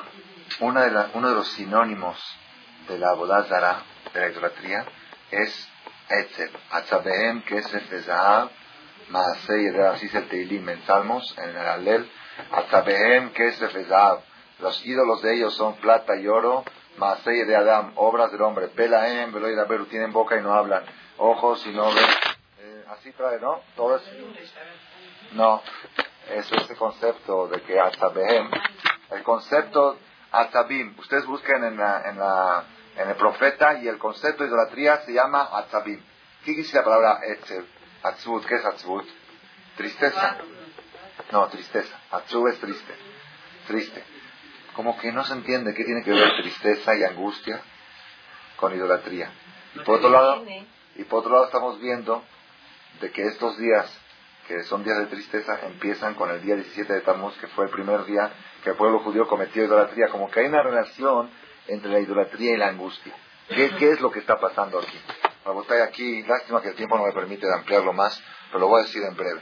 una de la, uno de los sinónimos de la Avodah Zarah, de la idolatría, es Etzel. Atzabehem, Kesef Ezahav, Maasei Yedei, así es el Teilim en Salmos, en el Alel. Atzabehem, Kesef Ezahav. Los ídolos de ellos son plata y oro. Maasei de Adam, obras del hombre. Pelahem, Velo Yidaberu, tienen boca y no hablan, ojos y no ven. Eh, así trae, ¿no? Todo es... No, es ese concepto de que Atzabehem, el concepto Atzabim, ustedes busquen en, la, en, la, en el profeta y el concepto de idolatría se llama Atzabim. ¿Qué quiere decir la palabra Etzel? Atzvut, ¿qué es Atzvut? Tristeza. No, tristeza. Atzvut es triste. Triste. Como que no se entiende qué tiene que ver tristeza y angustia con idolatría. Y por otro lado, y por otro lado estamos viendo de que estos días, que son días de tristeza, empiezan con el día diecisiete de Tammuz, que fue el primer día que el pueblo judío cometió idolatría. Como que hay una relación entre la idolatría y la angustia. ¿Qué, qué es lo que está pasando aquí? Rabotay, aquí, lástima que el tiempo no me permite ampliarlo más, pero lo voy a decir en breve.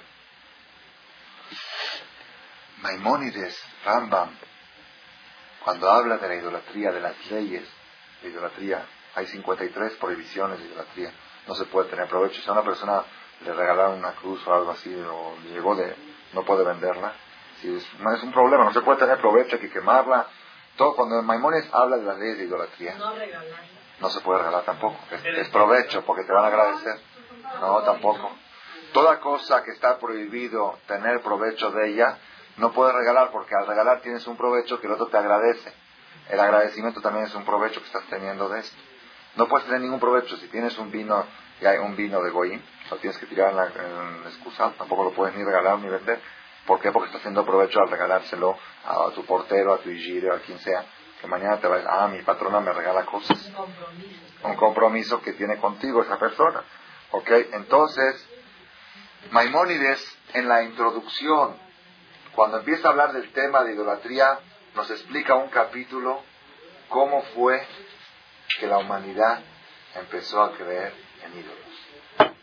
Maimónides, Rambam, cuando habla de la idolatría, de las leyes de idolatría, hay cincuenta y tres prohibiciones de idolatría. No se puede tener provecho. Si a una persona le regalaron una cruz o algo así, o llegó de, no puede venderla, si es, es un problema, no se puede tener provecho, hay que quemarla. Todo, cuando Maimónides habla de las leyes de idolatría, no, no se puede regalar tampoco. Es, es provecho, porque te van a agradecer. No, tampoco. Toda cosa que está prohibido tener provecho de ella, no puedes regalar, porque al regalar tienes un provecho que el otro te agradece. El agradecimiento también es un provecho que estás teniendo de esto. No puedes tener ningún provecho. Si tienes un vino, y hay un vino de Goín, lo tienes que tirar en, la, en el excusal, tampoco lo puedes ni regalar ni vender. ¿Por qué? Porque estás haciendo provecho al regalárselo a, a tu portero, a tu hijire, a quien sea, que mañana te va a decir, ah, mi patrona me regala cosas. Un compromiso. Un compromiso que tiene contigo esa persona. ¿Ok? Entonces, Maimónides, en la introducción, cuando empieza a hablar del tema de idolatría, nos explica un capítulo cómo fue que la humanidad empezó a creer en ídolos.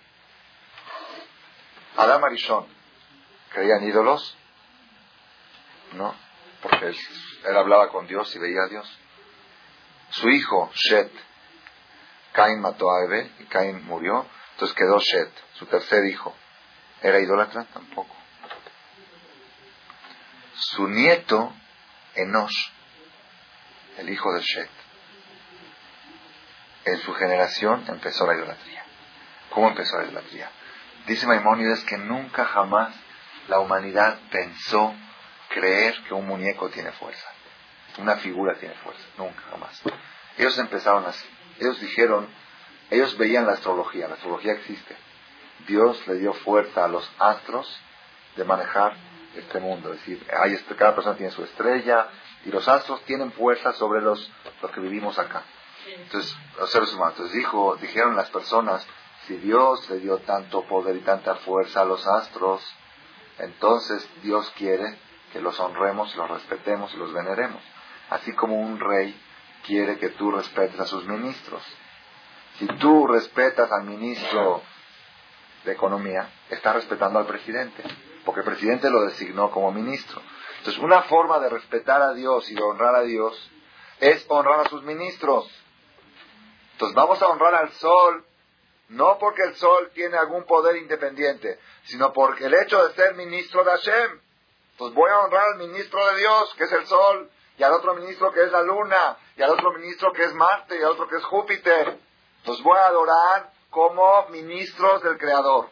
Adam Arishon creía en ídolos, ¿no? Porque él, él hablaba con Dios y veía a Dios. Su hijo, Shet, Caín mató a Abel y Caín murió, entonces quedó Shet, su tercer hijo. ¿Era idólatra? Tampoco. Su nieto, Enosh, el hijo de Shet, en su generación empezó la idolatría. ¿Cómo empezó la idolatría? Dice Maimónides que nunca jamás la humanidad pensó creer que un muñeco tiene fuerza, una figura tiene fuerza, nunca jamás. Ellos empezaron así. Ellos dijeron, ellos veían la astrología, la astrología existe. Dios le dio fuerza a los astros de manejar este mundo, es decir, hay, cada persona tiene su estrella y los astros tienen fuerza sobre los, los que vivimos acá. Entonces, los seres humanos, entonces dijo, dijeron las personas, si Dios le dio tanto poder y tanta fuerza a los astros, entonces Dios quiere que los honremos, los respetemos y los veneremos. Así como un rey quiere que tú respetes a sus ministros. Si tú respetas al ministro de Economía, estás respetando al presidente, porque el presidente lo designó como ministro. Entonces, una forma de respetar a Dios y de honrar a Dios es honrar a sus ministros. Entonces, vamos a honrar al sol, no porque el sol tiene algún poder independiente, sino porque el hecho de ser ministro de Hashem. Entonces, voy a honrar al ministro de Dios, que es el sol, y al otro ministro que es la luna, y al otro ministro que es Marte, y al otro que es Júpiter. Entonces, voy a adorar como ministros del Creador.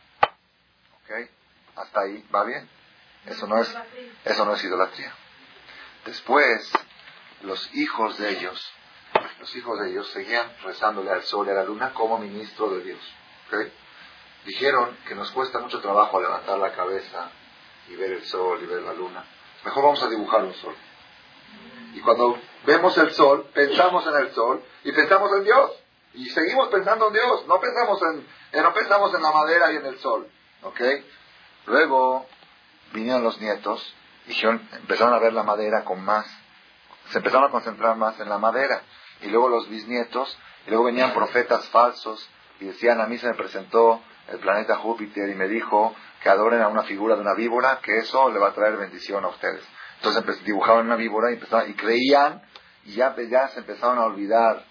¿Ok? Hasta ahí, ¿va bien? Eso no es, eso no es idolatría. Después, los hijos de ellos, los hijos de ellos seguían rezándole al sol y a la luna como ministro de Dios. ¿Ok? Dijeron que nos cuesta mucho trabajo levantar la cabeza y ver el sol y ver la luna. Mejor vamos a dibujar un sol. Y cuando vemos el sol, pensamos en el sol y pensamos en Dios. Y seguimos pensando en Dios, no pensamos en, eh, no pensamos en la madera y en el sol. ¿Ok? Luego vinieron los nietos, dijeron, empezaron a ver la madera con más, se empezaron a concentrar más en la madera. Y luego los bisnietos, y luego venían profetas falsos y decían, a mí se me presentó el planeta Júpiter y me dijo que adoren a una figura de una víbora, que eso le va a traer bendición a ustedes. Entonces dibujaban una víbora y, empezaban, y creían, y ya, ya se empezaron a olvidar.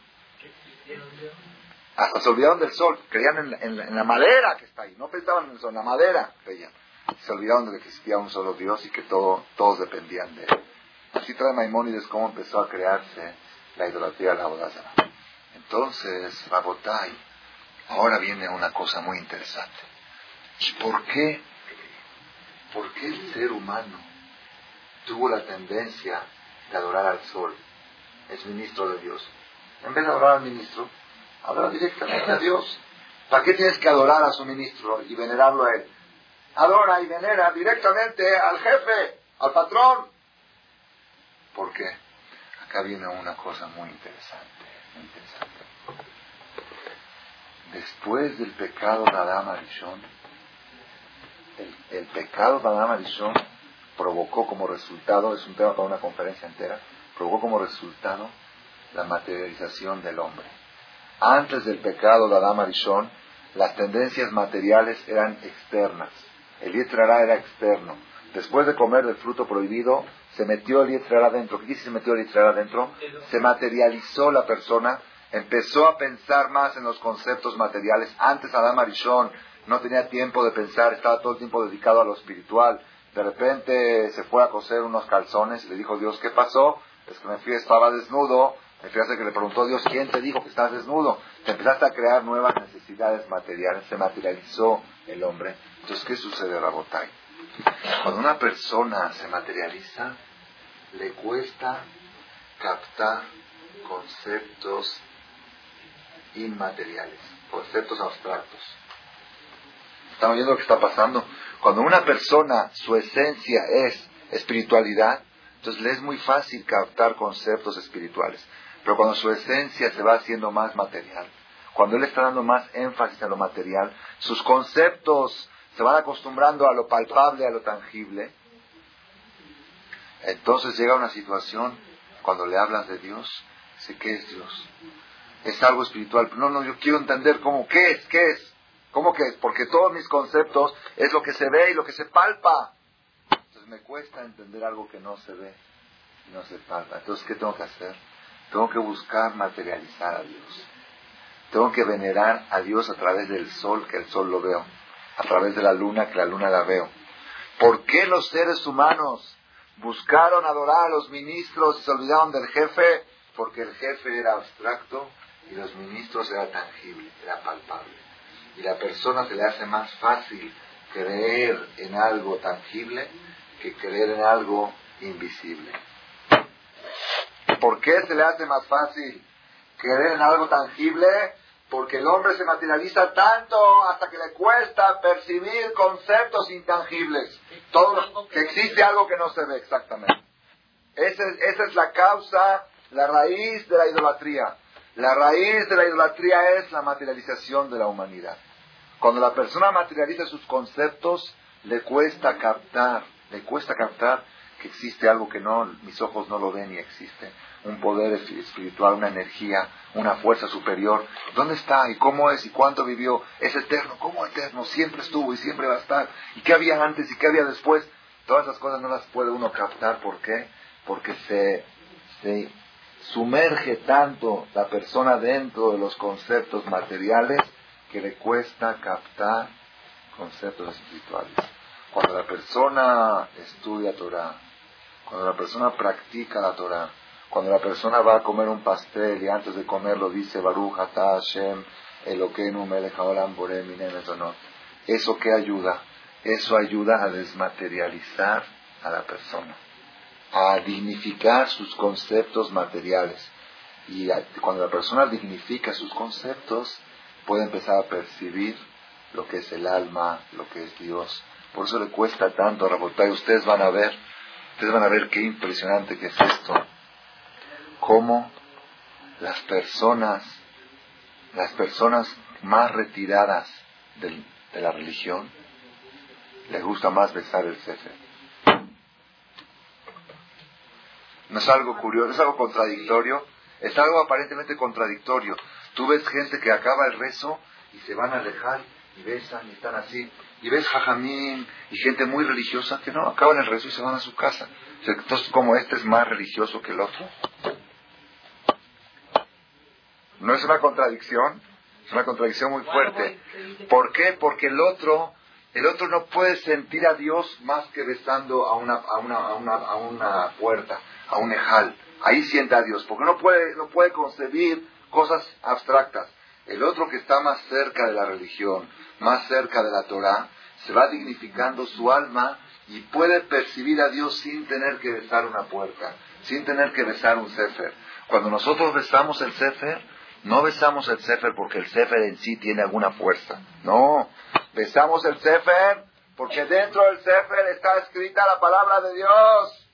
Hasta se olvidaron del sol, creían en la, en, la, en la madera que está ahí, no pensaban en el sol, en la madera creían. Se olvidaron de que existía un solo Dios y que todo, todos dependían de él. Así trae Maimónides cómo empezó a crearse la idolatría de la Abodazara. Entonces, Rabotai, ahora viene una cosa muy interesante. ¿Y por qué? ¿Por qué el ser humano tuvo la tendencia de adorar al sol? Es ministro de Dios. En vez de adorar al ministro, adora directamente a Dios. ¿Para qué tienes que adorar a su ministro y venerarlo a él? Adora y venera directamente al jefe, al patrón. ¿Por qué? Acá viene una cosa muy interesante, muy interesante. Después del pecado de Adán Arishon, el, el pecado de Adán Arishon provocó como resultado, es un tema para una conferencia entera, provocó como resultado la materialización del hombre. Antes del pecado de Adán Arishon, las tendencias materiales eran externas. El Yetzer Hará era externo. Después de comer del fruto prohibido, se metió el Yetzer Hará adentro. ¿Qué dice se metió el Yetzer Hará adentro? Se materializó la persona, empezó a pensar más en los conceptos materiales. Antes Adán Arishon no tenía tiempo de pensar, estaba todo el tiempo dedicado a lo espiritual. De repente se fue a coser unos calzones y le dijo Dios, ¿qué pasó? Es que me fui, estaba desnudo. Me fíjate que le preguntó a Dios, ¿quién te dijo que estás desnudo? Te empezaste a crear nuevas necesidades materiales, se materializó el hombre. Entonces, ¿qué sucede, Rabotai? Cuando una persona se materializa, le cuesta captar conceptos inmateriales, conceptos abstractos. ¿Estamos viendo lo que está pasando? Cuando una persona, su esencia es espiritualidad, entonces le es muy fácil captar conceptos espirituales. Pero cuando su esencia se va haciendo más material, cuando él está dando más énfasis a lo material, sus conceptos se van acostumbrando a lo palpable, a lo tangible. Entonces llega una situación, cuando le hablas de Dios, dice, ¿qué es Dios? Es algo espiritual. No, no, yo quiero entender cómo, ¿qué es? ¿Qué es? ¿Cómo que es? Porque todos mis conceptos es lo que se ve y lo que se palpa. Entonces me cuesta entender algo que no se ve y no se palpa. Entonces, ¿qué tengo que hacer? Tengo que buscar materializar a Dios. Tengo que venerar a Dios a través del sol, que el sol lo veo. A través de la luna, que la luna la veo. ¿Por qué los seres humanos buscaron adorar a los ministros y se olvidaron del jefe? Porque el jefe era abstracto y los ministros era tangible, era palpable. Y la persona se le hace más fácil creer en algo tangible que creer en algo invisible. ¿Por qué se le hace más fácil creer en algo tangible? Porque el hombre se materializa tanto hasta que le cuesta percibir conceptos intangibles. Todo, que existe algo que no se ve exactamente. Esa es, esa es la causa, la raíz de la idolatría. La raíz de la idolatría es la materialización de la humanidad. Cuando la persona materializa sus conceptos, le cuesta captar, le cuesta captar que existe algo que no, mis ojos no lo ven y existe. Un poder espiritual, una energía, una fuerza superior. ¿Dónde está? ¿Y cómo es? ¿Y cuánto vivió? Es eterno. ¿Cómo eterno? Siempre estuvo y siempre va a estar. ¿Y qué había antes y qué había después? Todas esas cosas no las puede uno captar. ¿Por qué? Porque se, se sumerge tanto la persona dentro de los conceptos materiales que le cuesta captar conceptos espirituales. Cuando la persona estudia Torah, cuando la persona practica la Torah, cuando la persona va a comer un pastel y antes de comerlo dice Baruch Atah Hashem Elokeinu Melech Haolam Borei Minei Mezonot, ¿eso qué ayuda? Eso ayuda a desmaterializar a la persona, a dignificar sus conceptos materiales. Y a, cuando la persona dignifica sus conceptos, puede empezar a percibir lo que es el alma, lo que es Dios. Por eso le cuesta tanto, Rabotai. Ustedes van a ver, ustedes van a ver qué impresionante que es esto. Cómo las personas, las personas más retiradas del, de la religión, les gusta más besar el sefer. No es algo curioso, es algo contradictorio, es algo aparentemente contradictorio. Tú ves gente que acaba el rezo y se van a alejar y besan y están así. Y ves jajamín y gente muy religiosa que no, acaban el rezo y se van a su casa. Entonces, como este es más religioso que el otro. ¿No es una contradicción? Es una contradicción muy fuerte. ¿Por qué? Porque el otro, el otro no puede sentir a Dios más que besando a una, a una, a una, a una puerta, a un ejal. Ahí siente a Dios, porque no puede, no puede concebir cosas abstractas. El otro que está más cerca de la religión, más cerca de la Torah, se va dignificando su alma y puede percibir a Dios sin tener que besar una puerta, sin tener que besar un sefer. Cuando nosotros besamos el sefer, no besamos el sefer porque el sefer en sí tiene alguna fuerza. No, besamos el sefer porque dentro del sefer está escrita la palabra de Dios.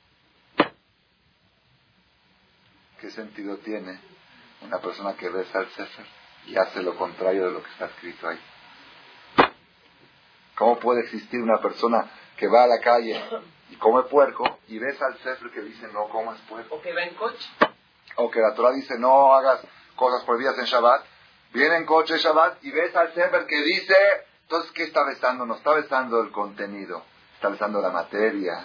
¿Qué sentido tiene una persona que besa el sefer y hace lo contrario de lo que está escrito ahí? ¿Cómo puede existir una persona que va a la calle y come puerco y besa el sefer que dice no comas puerco? O que va en coche. O que la Torah dice no hagas cosas prohibidas en Shabbat. Viene en coche Shabbat y besa el sefer que dice... Entonces, ¿qué está besando? No está besando el contenido, está besando la materia.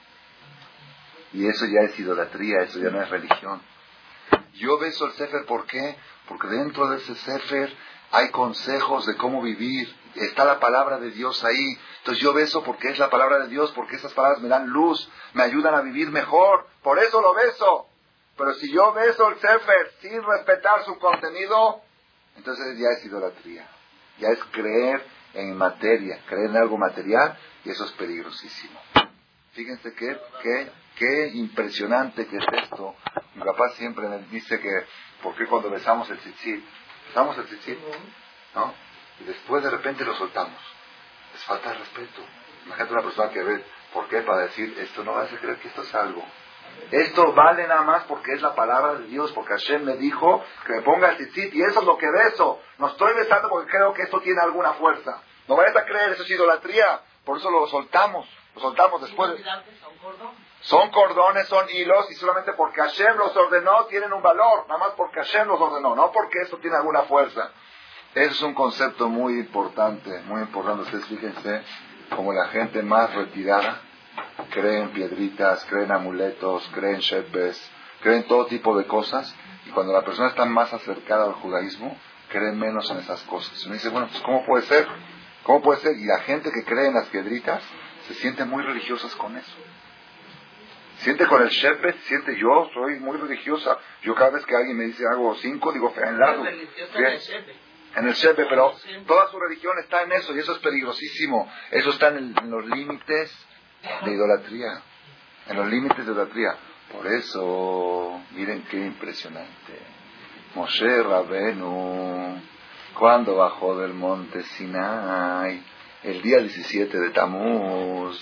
Y eso ya es idolatría, eso ya no es religión. Yo beso el sefer, ¿por qué? Porque dentro de ese sefer hay consejos de cómo vivir. Está la palabra de Dios ahí. Entonces yo beso porque es la palabra de Dios, porque esas palabras me dan luz, me ayudan a vivir mejor. Por eso lo beso. Pero si yo beso el sefer sin respetar su contenido, entonces ya es idolatría. Ya es creer en materia, creer en algo material, y eso es peligrosísimo. Fíjense qué, qué, qué impresionante que es esto. Mi papá siempre me dice que, ¿por qué cuando besamos el tzitzit? Besamos el tzitzit, ¿no? Y después de repente lo soltamos. Es falta de respeto. Imagínate una persona que ve, ¿por qué? Para decir, esto no vas a creer que esto es algo. Esto vale nada más porque es la palabra de Dios, porque Hashem me dijo que me ponga el tzitzit, y eso es lo que beso. No estoy besando porque creo que esto tiene alguna fuerza. No vayas a creer, eso es idolatría. Por eso lo soltamos, lo soltamos después. ¿Son cordones? Son cordones, son hilos, y solamente porque Hashem los ordenó tienen un valor. Nada más porque Hashem los ordenó, no porque esto tiene alguna fuerza. Ese es un concepto muy importante, muy importante. Ustedes fíjense como la gente más retirada cree en piedritas, cree en amuletos, cree en shepes, cree en todo tipo de cosas, y cuando la persona está más acercada al judaísmo, cree menos en esas cosas. Y uno dice, bueno, pues ¿cómo puede ser? ¿Cómo puede ser? Y la gente que cree en las piedritas se siente muy religiosas con eso. Siente con el shepet, siente yo soy muy religiosa. Yo cada vez que alguien me dice algo cinco, digo en lado. En el shepet, pero toda su religión está en eso, y eso es peligrosísimo. Eso está en, el, en los límites de idolatría, en los límites de idolatría. Por eso, miren qué impresionante. Moshe Rabenu, cuando bajó del monte Sinai, el día diecisiete de Tamuz,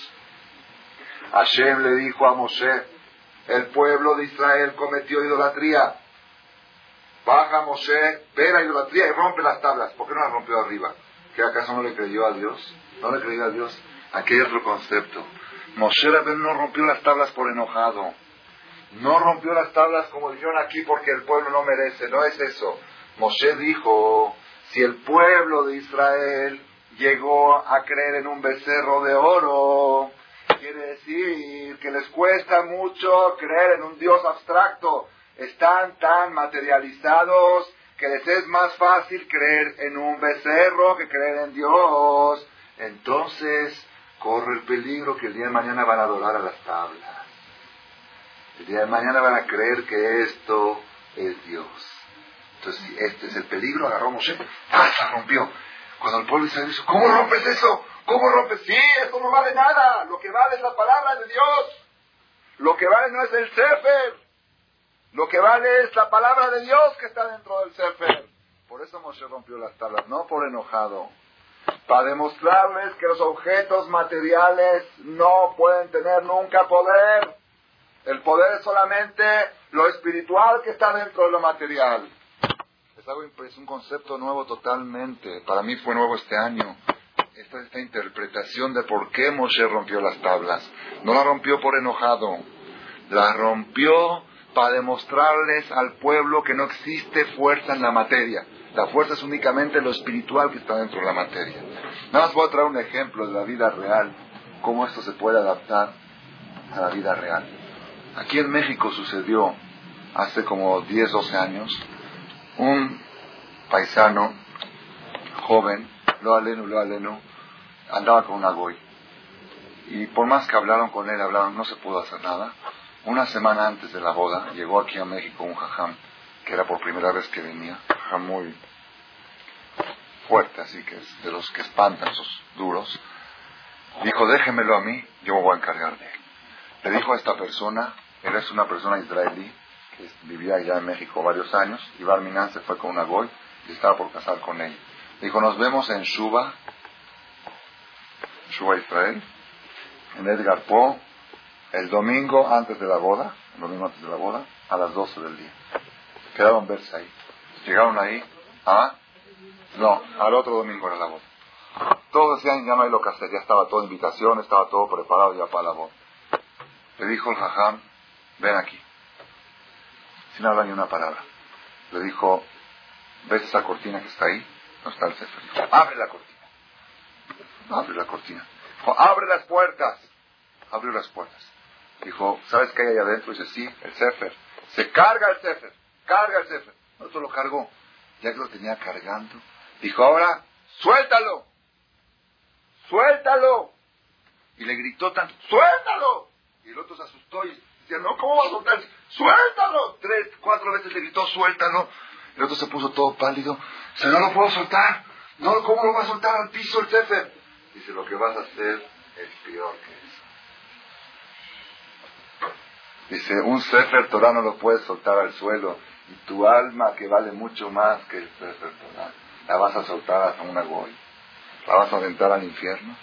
Hashem le dijo a Moshe, el pueblo de Israel cometió idolatría. Baja Moshe, ve la idolatría y rompe las tablas. ¿Por qué no las rompió arriba? ¿Que acaso no le creyó a Dios? ¿No le creyó a Dios? Aquí hay otro concepto. Moshe Rabbeinu no rompió las tablas por enojado. No rompió las tablas como dijeron aquí porque el pueblo no merece. No es eso. Moshe dijo, si el pueblo de Israel llegó a creer en un becerro de oro, quiere decir que les cuesta mucho creer en un Dios abstracto. Están tan materializados que les es más fácil creer en un becerro que creer en Dios. Entonces corre el peligro que el día de mañana van a adorar a las tablas. El día de mañana van a creer que esto es Dios. Entonces, este es el peligro. Agarró Moshe, ¡ah! Se rompió. Cuando el pueblo de Israel dice, ¿cómo rompes eso? ¿Cómo rompes? Sí, esto no vale nada. Lo que vale es la palabra de Dios. Lo que vale no es el sefer. Lo que vale es la palabra de Dios que está dentro del sefer. Por eso Moshe rompió las tablas, no por enojado. Para demostrarles que los objetos materiales no pueden tener nunca poder. El poder es solamente lo espiritual que está dentro de lo material. Es, algo, es un concepto nuevo totalmente. Para mí fue nuevo este año. Esta, esta interpretación de por qué Moshe rompió las tablas. No la rompió por enojado. La rompió para demostrarles al pueblo que no existe fuerza en la materia. La fuerza es únicamente lo espiritual que está dentro de la materia. Nada más voy a traer un ejemplo de la vida real, cómo esto se puede adaptar a la vida real. Aquí en México sucedió hace como diez, doce años, un paisano joven, lo aleno, lo aleno, andaba con una goy. Y por más que hablaron con él, hablaron, no se pudo hacer nada. Una semana antes de la boda, llegó aquí a México un jajam, que era por primera vez que venía, jajam muy fuerte, así que es de los que espantan, esos duros. Dijo, déjemelo a mí, yo me voy a encargar de él. Le dijo a esta persona, él es una persona israelí, que vivía allá en México varios años, y Barminan se fue con una goy y estaba por casar con ella. Dijo, nos vemos en Shuba, Shuba Israel, en Edgar Poe, el domingo antes de la boda, el domingo antes de la boda, a las doce del día. Quedaron verse ahí. Llegaron ahí, ¿ah? No, al otro domingo era la boda. Todos decían, ya no hay lo que hacer, ya estaba toda invitación, estaba todo preparado ya para la boda. Le dijo el jajam, ven aquí. Sin hablar ni una palabra. Le dijo, ¿ves esa cortina que está ahí? No está el sefer. Dijo, abre la cortina. Abre la cortina. Dijo, abre las puertas. Abrió las puertas. Dijo, ¿sabes qué hay ahí adentro? Dice, sí, el sefer. Se carga el sefer. Carga el sefer. No, otro lo cargó. Ya que lo tenía cargando. Dijo, ahora, suéltalo. Suéltalo. Y le gritó tanto, ¡suéltalo! Y el otro se asustó y decía, no, ¿cómo va a soltar? ¡Suéltalo! Tres, cuatro veces le gritó, ¡suéltalo! El otro se puso todo pálido. Dice, no lo puedo soltar. No, ¿cómo lo va a soltar al piso el sefer? Dice, lo que vas a hacer es peor que eso. Dice, un sefer Torah no lo puedes soltar al suelo. Y tu alma, que vale mucho más que el sefer Torah, la vas a soltar a una goy. La vas a aventar al infierno.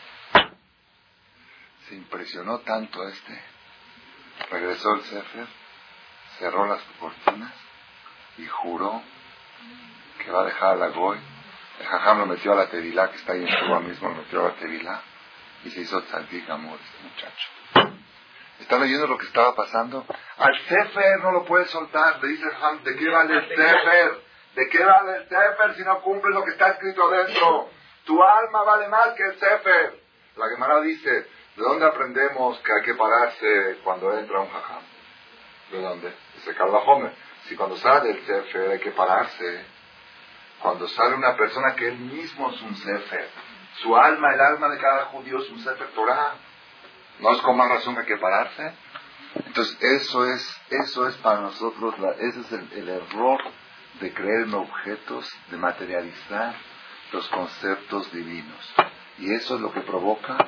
Se impresionó tanto este. Regresó el sefer, cerró las cortinas y juró que va a dejar a la goy. El jajam lo metió a la tevilá, que está ahí en Cuba mismo, lo metió a la tevilá y se hizo tzadik amor este muchacho. ¿Está leyendo lo que estaba pasando? Al sefer no lo puedes soltar. Le dice el jajam, ¿de qué vale el sefer? ¿De qué vale el sefer si no cumples lo que está escrito dentro? Tu alma vale más que el sefer. La Gemara dice, ¿de dónde aprendemos que hay que pararse cuando entra un jajam? ¿De dónde? Dice Calvajomer. Si cuando sale el sefer hay que pararse. Cuando sale una persona que él mismo es un sefer. Su alma, el alma de cada judío es un sefer Torah. ¿No es con más razón que hay que pararse? Entonces eso es, eso es para nosotros, la, ese es el, el error de creer en objetos, de materializar los conceptos divinos. Y eso es lo que provoca,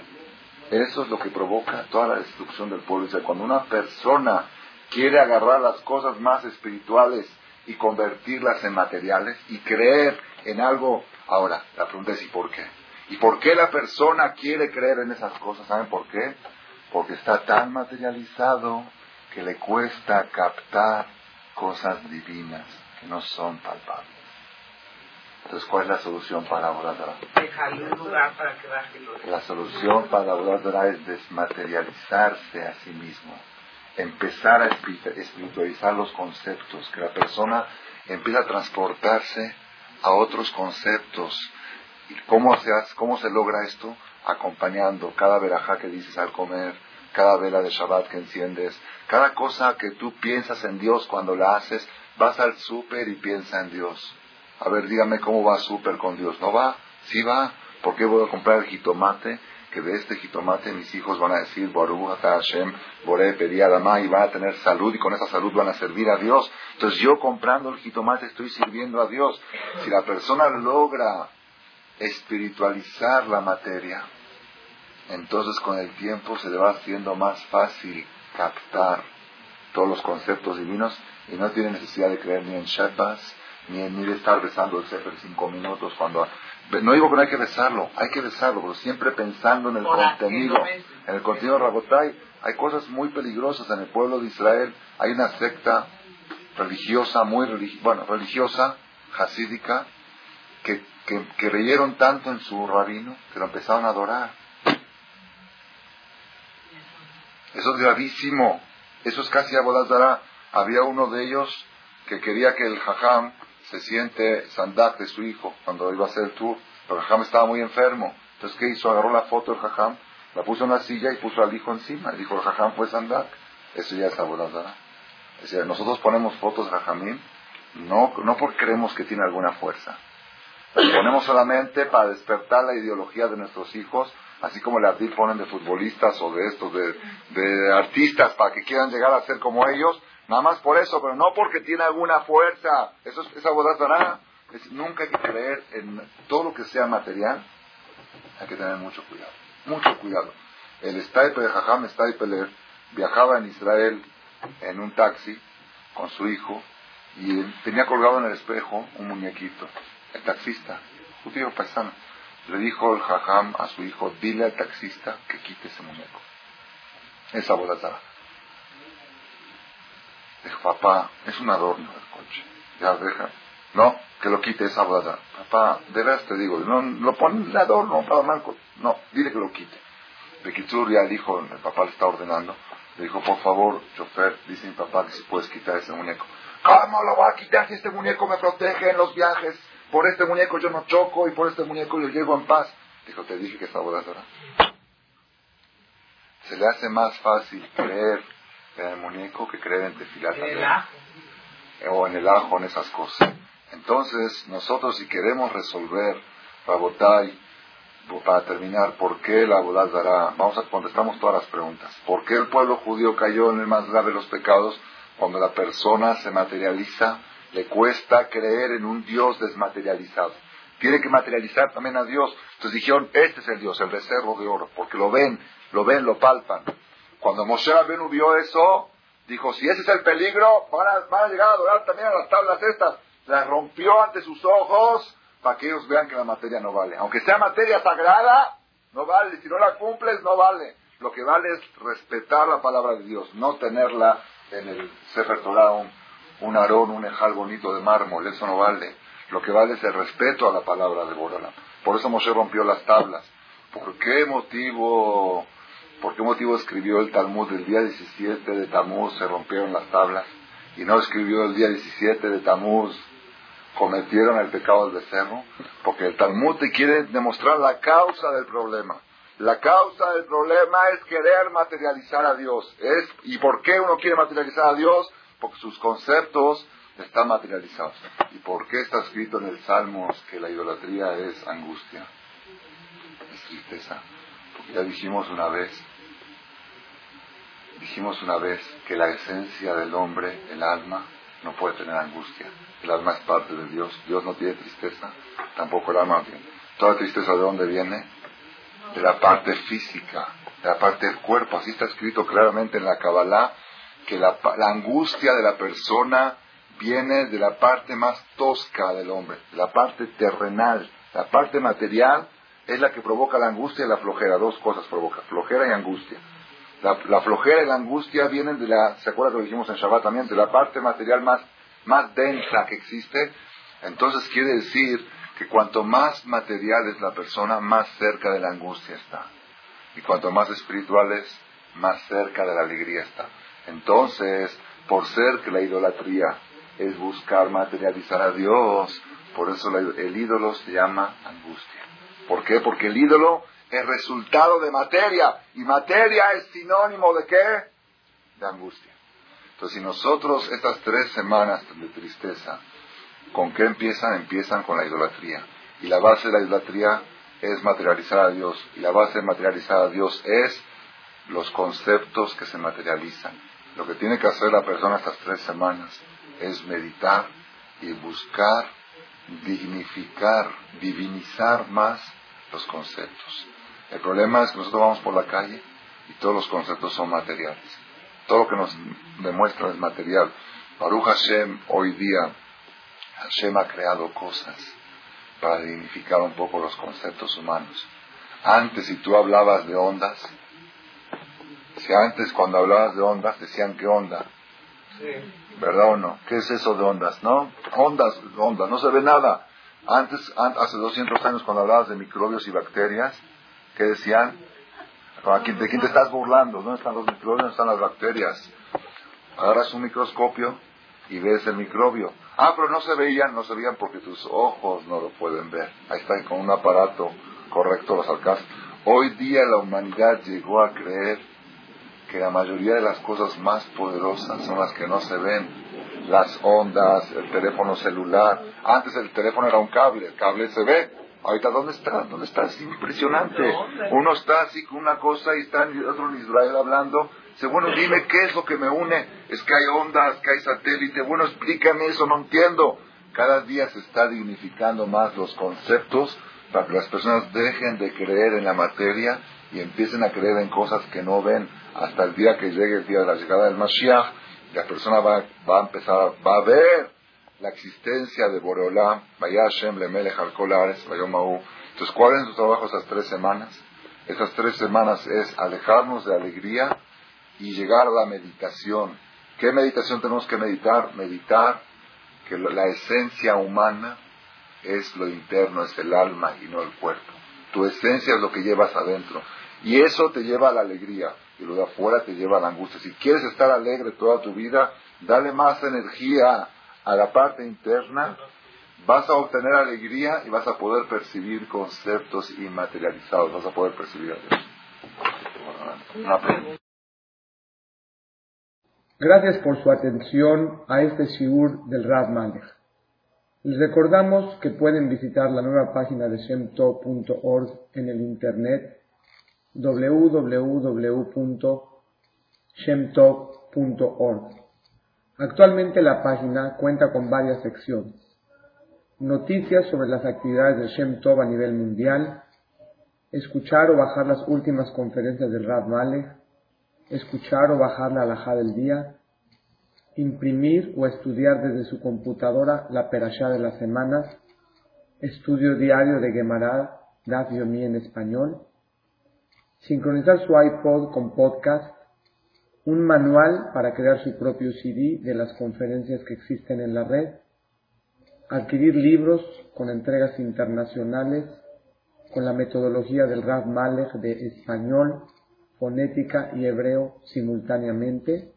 eso es lo que provoca toda la destrucción del pueblo. O sea, cuando una persona quiere agarrar las cosas más espirituales y convertirlas en materiales y creer en algo. Ahora, la pregunta es ¿y por qué? ¿Y por qué la persona quiere creer en esas cosas? ¿Saben por qué? Porque está tan materializado que le cuesta captar cosas divinas que no son palpables. Entonces, ¿cuál es la solución para Abodazara? Dejarle un lugar para que baje los... La solución para Abodazara es desmaterializarse a sí mismo. Empezar a espiritualizar los conceptos, que la persona empieza a transportarse a otros conceptos. ¿Y cómo se hace, cómo se logra esto? Acompañando cada verajá que dices al comer, cada vela de Shabbat que enciendes, cada cosa que tú piensas en Dios cuando la haces, vas al súper y piensa en Dios. A ver, dígame cómo va súper con Dios. ¿No va? Sí va. ¿Por qué voy a comprar el jitomate? Que de este jitomate mis hijos van a decir Baruch Ata Hashem Boré Pedí Adamá, y van a tener salud, y con esa salud van a servir a Dios. Entonces yo comprando el jitomate estoy sirviendo a Dios. Si la persona logra espiritualizar la materia, entonces con el tiempo se le va haciendo más fácil captar todos los conceptos divinos y no tiene necesidad de creer ni en Shabbat ni, ni de estar besando el Sefer cinco minutos cuando... No digo que no hay que besarlo, hay que besarlo, pero siempre pensando en el contenido. En el contenido de Rabotai hay cosas muy peligrosas en el pueblo de Israel. Hay una secta religiosa, muy religi- bueno, religiosa, hasídica, que, que, que creyeron tanto en su rabino que lo empezaron a adorar. Eso es gravísimo. Eso es casi Abodazara. Había uno de ellos que quería que el jajam se siente Sandak de su hijo cuando iba a hacer el tour, pero el Jajam estaba muy enfermo. Entonces, ¿qué hizo? Agarró la foto del Jajam, la puso en una silla y puso al hijo encima. Y dijo, el Jajam fue Sandak. Eso ya es Avodat Zará. Es decir, nosotros ponemos fotos de Jajamín no, no porque creemos que tiene alguna fuerza. Las ponemos solamente para despertar la ideología de nuestros hijos, así como le ardí ponen de futbolistas o de estos, de, de artistas, para que quieran llegar a ser como ellos. Nada más por eso, pero no porque tiene alguna fuerza. Eso es, es Avodat Zará. Es, nunca hay que creer en todo lo que sea material. Hay que tener mucho cuidado. Mucho cuidado. El Staipe de Jajam Staipeler viajaba en Israel en un taxi con su hijo y tenía colgado en el espejo un muñequito. El taxista, judío paisano, le dijo el Jajam a su hijo, dile al taxista que quite ese muñeco. Es Avodat Zará. Dijo, papá, es un adorno del coche. Ya deja. No, que lo quite, es Avodat Zará. Papá, de veras te digo, no lo pone de adorno para Marco. No, dile que lo quite. Bekitzur ya dijo, el papá le está ordenando, le dijo, por favor, chofer, dice mi papá que si puedes quitar ese muñeco. ¿Cómo lo va a quitar si este muñeco me protege en los viajes? Por este muñeco yo no choco y por este muñeco yo llego en paz. Dijo, te dije que es Avodat Zará. Se le hace más fácil creer en el muñeco que creer en Tefilat o en el ajo, en esas cosas. Entonces, nosotros si queremos resolver, Rabotai, para terminar, ¿por qué la Avodat Zará? Vamos a contestamos todas las preguntas. ¿Por qué el pueblo judío cayó en el más grave de los pecados? Cuando la persona se materializa, le cuesta creer en un Dios desmaterializado. Tiene que materializar también a Dios. Entonces dijeron, este es el Dios, el becerro de oro, porque lo ven, lo ven, lo palpan. Cuando Moshe Rabbeinu vio eso, dijo, si ese es el peligro, van a, van a llegar a adorar también a las tablas estas. Las rompió ante sus ojos para que ellos vean que la materia no vale. Aunque sea materia sagrada, no vale. Si no la cumples, no vale. Lo que vale es respetar la palabra de Dios, no tenerla en el Sefer Torah, un, un arón, un ejal bonito de mármol. Eso no vale. Lo que vale es el respeto a la palabra de Borolán. Por eso Moshe rompió las tablas. ¿Por qué motivo, por qué motivo escribió el Talmud el día diecisiete de Tamuz se rompieron las tablas? Y no escribió el día diecisiete de Tamuz cometieron el pecado del becerro, porque el Talmud te quiere demostrar la causa del problema. La causa del problema es querer materializar a Dios. Es, ¿y por qué uno quiere materializar a Dios? Porque sus conceptos están materializados. ¿Y por qué está escrito en el Salmos que la idolatría es angustia? Es tristeza. Porque ya dijimos una vez, dijimos una vez que la esencia del hombre, el alma, no puede tener angustia. El alma es parte de Dios. Dios no tiene tristeza, tampoco el alma no tiene. ¿Toda tristeza de dónde viene? De la parte física, de la parte del cuerpo. Así está escrito claramente en la Kabbalah, que la, la angustia de la persona viene de la parte más tosca del hombre, de la parte terrenal. La parte material es la que provoca la angustia y la flojera. Dos cosas provoca, flojera y angustia. La, la flojera y la angustia vienen de la, ¿se acuerdan que lo dijimos en Shabbat también? De la parte material más, más densa que existe. Entonces quiere decir que cuanto más material es la persona, más cerca de la angustia está. Y cuanto más espiritual es, más cerca de la alegría está. Entonces, por ser que la idolatría es buscar materializar a Dios, por eso la, el ídolo se llama angustia. ¿Por qué? Porque el ídolo es resultado de materia, y materia es sinónimo de ¿qué? De angustia. Entonces, si nosotros estas tres semanas de tristeza, ¿con qué empiezan? Empiezan con la idolatría. Y la base de la idolatría es materializar a Dios. Y la base de materializar a Dios es los conceptos que se materializan. Lo que tiene que hacer la persona estas tres semanas es meditar y buscar dignificar, divinizar más los conceptos. El problema es que nosotros vamos por la calle y todos los conceptos son materiales. Todo lo que nos demuestra es material. Baruch Hashem, hoy día Hashem ha creado cosas para dignificar un poco los conceptos humanos. Antes, si tú hablabas de ondas, si antes cuando hablabas de ondas decían ¿qué onda? Sí. ¿Verdad o no? ¿Qué es eso de ondas? ¿No? Ondas, ondas, no se ve nada. Antes, hace doscientos años cuando hablabas de microbios y bacterias, ¿qué decían? ¿De quién te estás burlando? ¿Dónde están los microbios? ¿Dónde están las bacterias? Agarras un microscopio y ves el microbio. Ah, pero no se veían, no se veían porque tus ojos no lo pueden ver. Ahí está, con un aparato correcto los alcanzas. Hoy día la humanidad llegó a creer que la mayoría de las cosas más poderosas son las que no se ven. Las ondas, el teléfono celular. Antes el teléfono era un cable, el cable se ve. Ahorita, ¿dónde está? ¿Dónde está? Es impresionante. Uno está así con una cosa y está en otro en Israel hablando. Dice, bueno, dime qué es lo que me une. Es que hay ondas, que hay satélite. Bueno, explícame eso, no entiendo. Cada día se está dignificando más los conceptos para que las personas dejen de creer en la materia y empiecen a creer en cosas que no ven. Hasta el día que llegue el día de la llegada del Mashiach, la persona va, va a empezar, va a ver la existencia de Boreolam. Vaya Hashem lemelech al kol haaretz vayom hahu. Entonces, ¿cuál es su trabajo esas tres semanas? Esas tres semanas es alejarnos de alegría y llegar a la meditación. ¿Qué meditación tenemos que meditar? Meditar que la esencia humana es lo interno, es el alma y no el cuerpo. Tu esencia es lo que llevas adentro. Y eso te lleva a la alegría. Y lo de afuera te lleva a la angustia. Si quieres estar alegre toda tu vida, dale más energía a la parte interna. Vas a obtener alegría y vas a poder percibir conceptos inmaterializados. Vas a poder percibir a Dios. Una pregunta. Gracias por su atención a este shiur del Rav Malech. Les recordamos que pueden visitar la nueva página de shem tov punto org en el internet doble u doble u doble u punto shem tov punto org. Actualmente la página cuenta con varias secciones: noticias sobre las actividades de Shem Tov a nivel mundial, escuchar o bajar las últimas conferencias del Rav Malech, escuchar o bajar la halajá del día, imprimir o estudiar desde su computadora la perashá de las semanas, estudio diario de Gemara, Daf Yomi en español, sincronizar su iPod con podcast, un manual para crear su propio C D de las conferencias que existen en la red, adquirir libros con entregas internacionales con la metodología del Rav Malech de español, fonética y hebreo simultáneamente,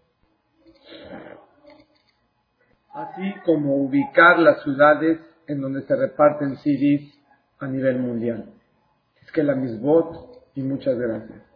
así como ubicar las ciudades en donde se reparten C Ds a nivel mundial. Es que la misbot y muchas gracias.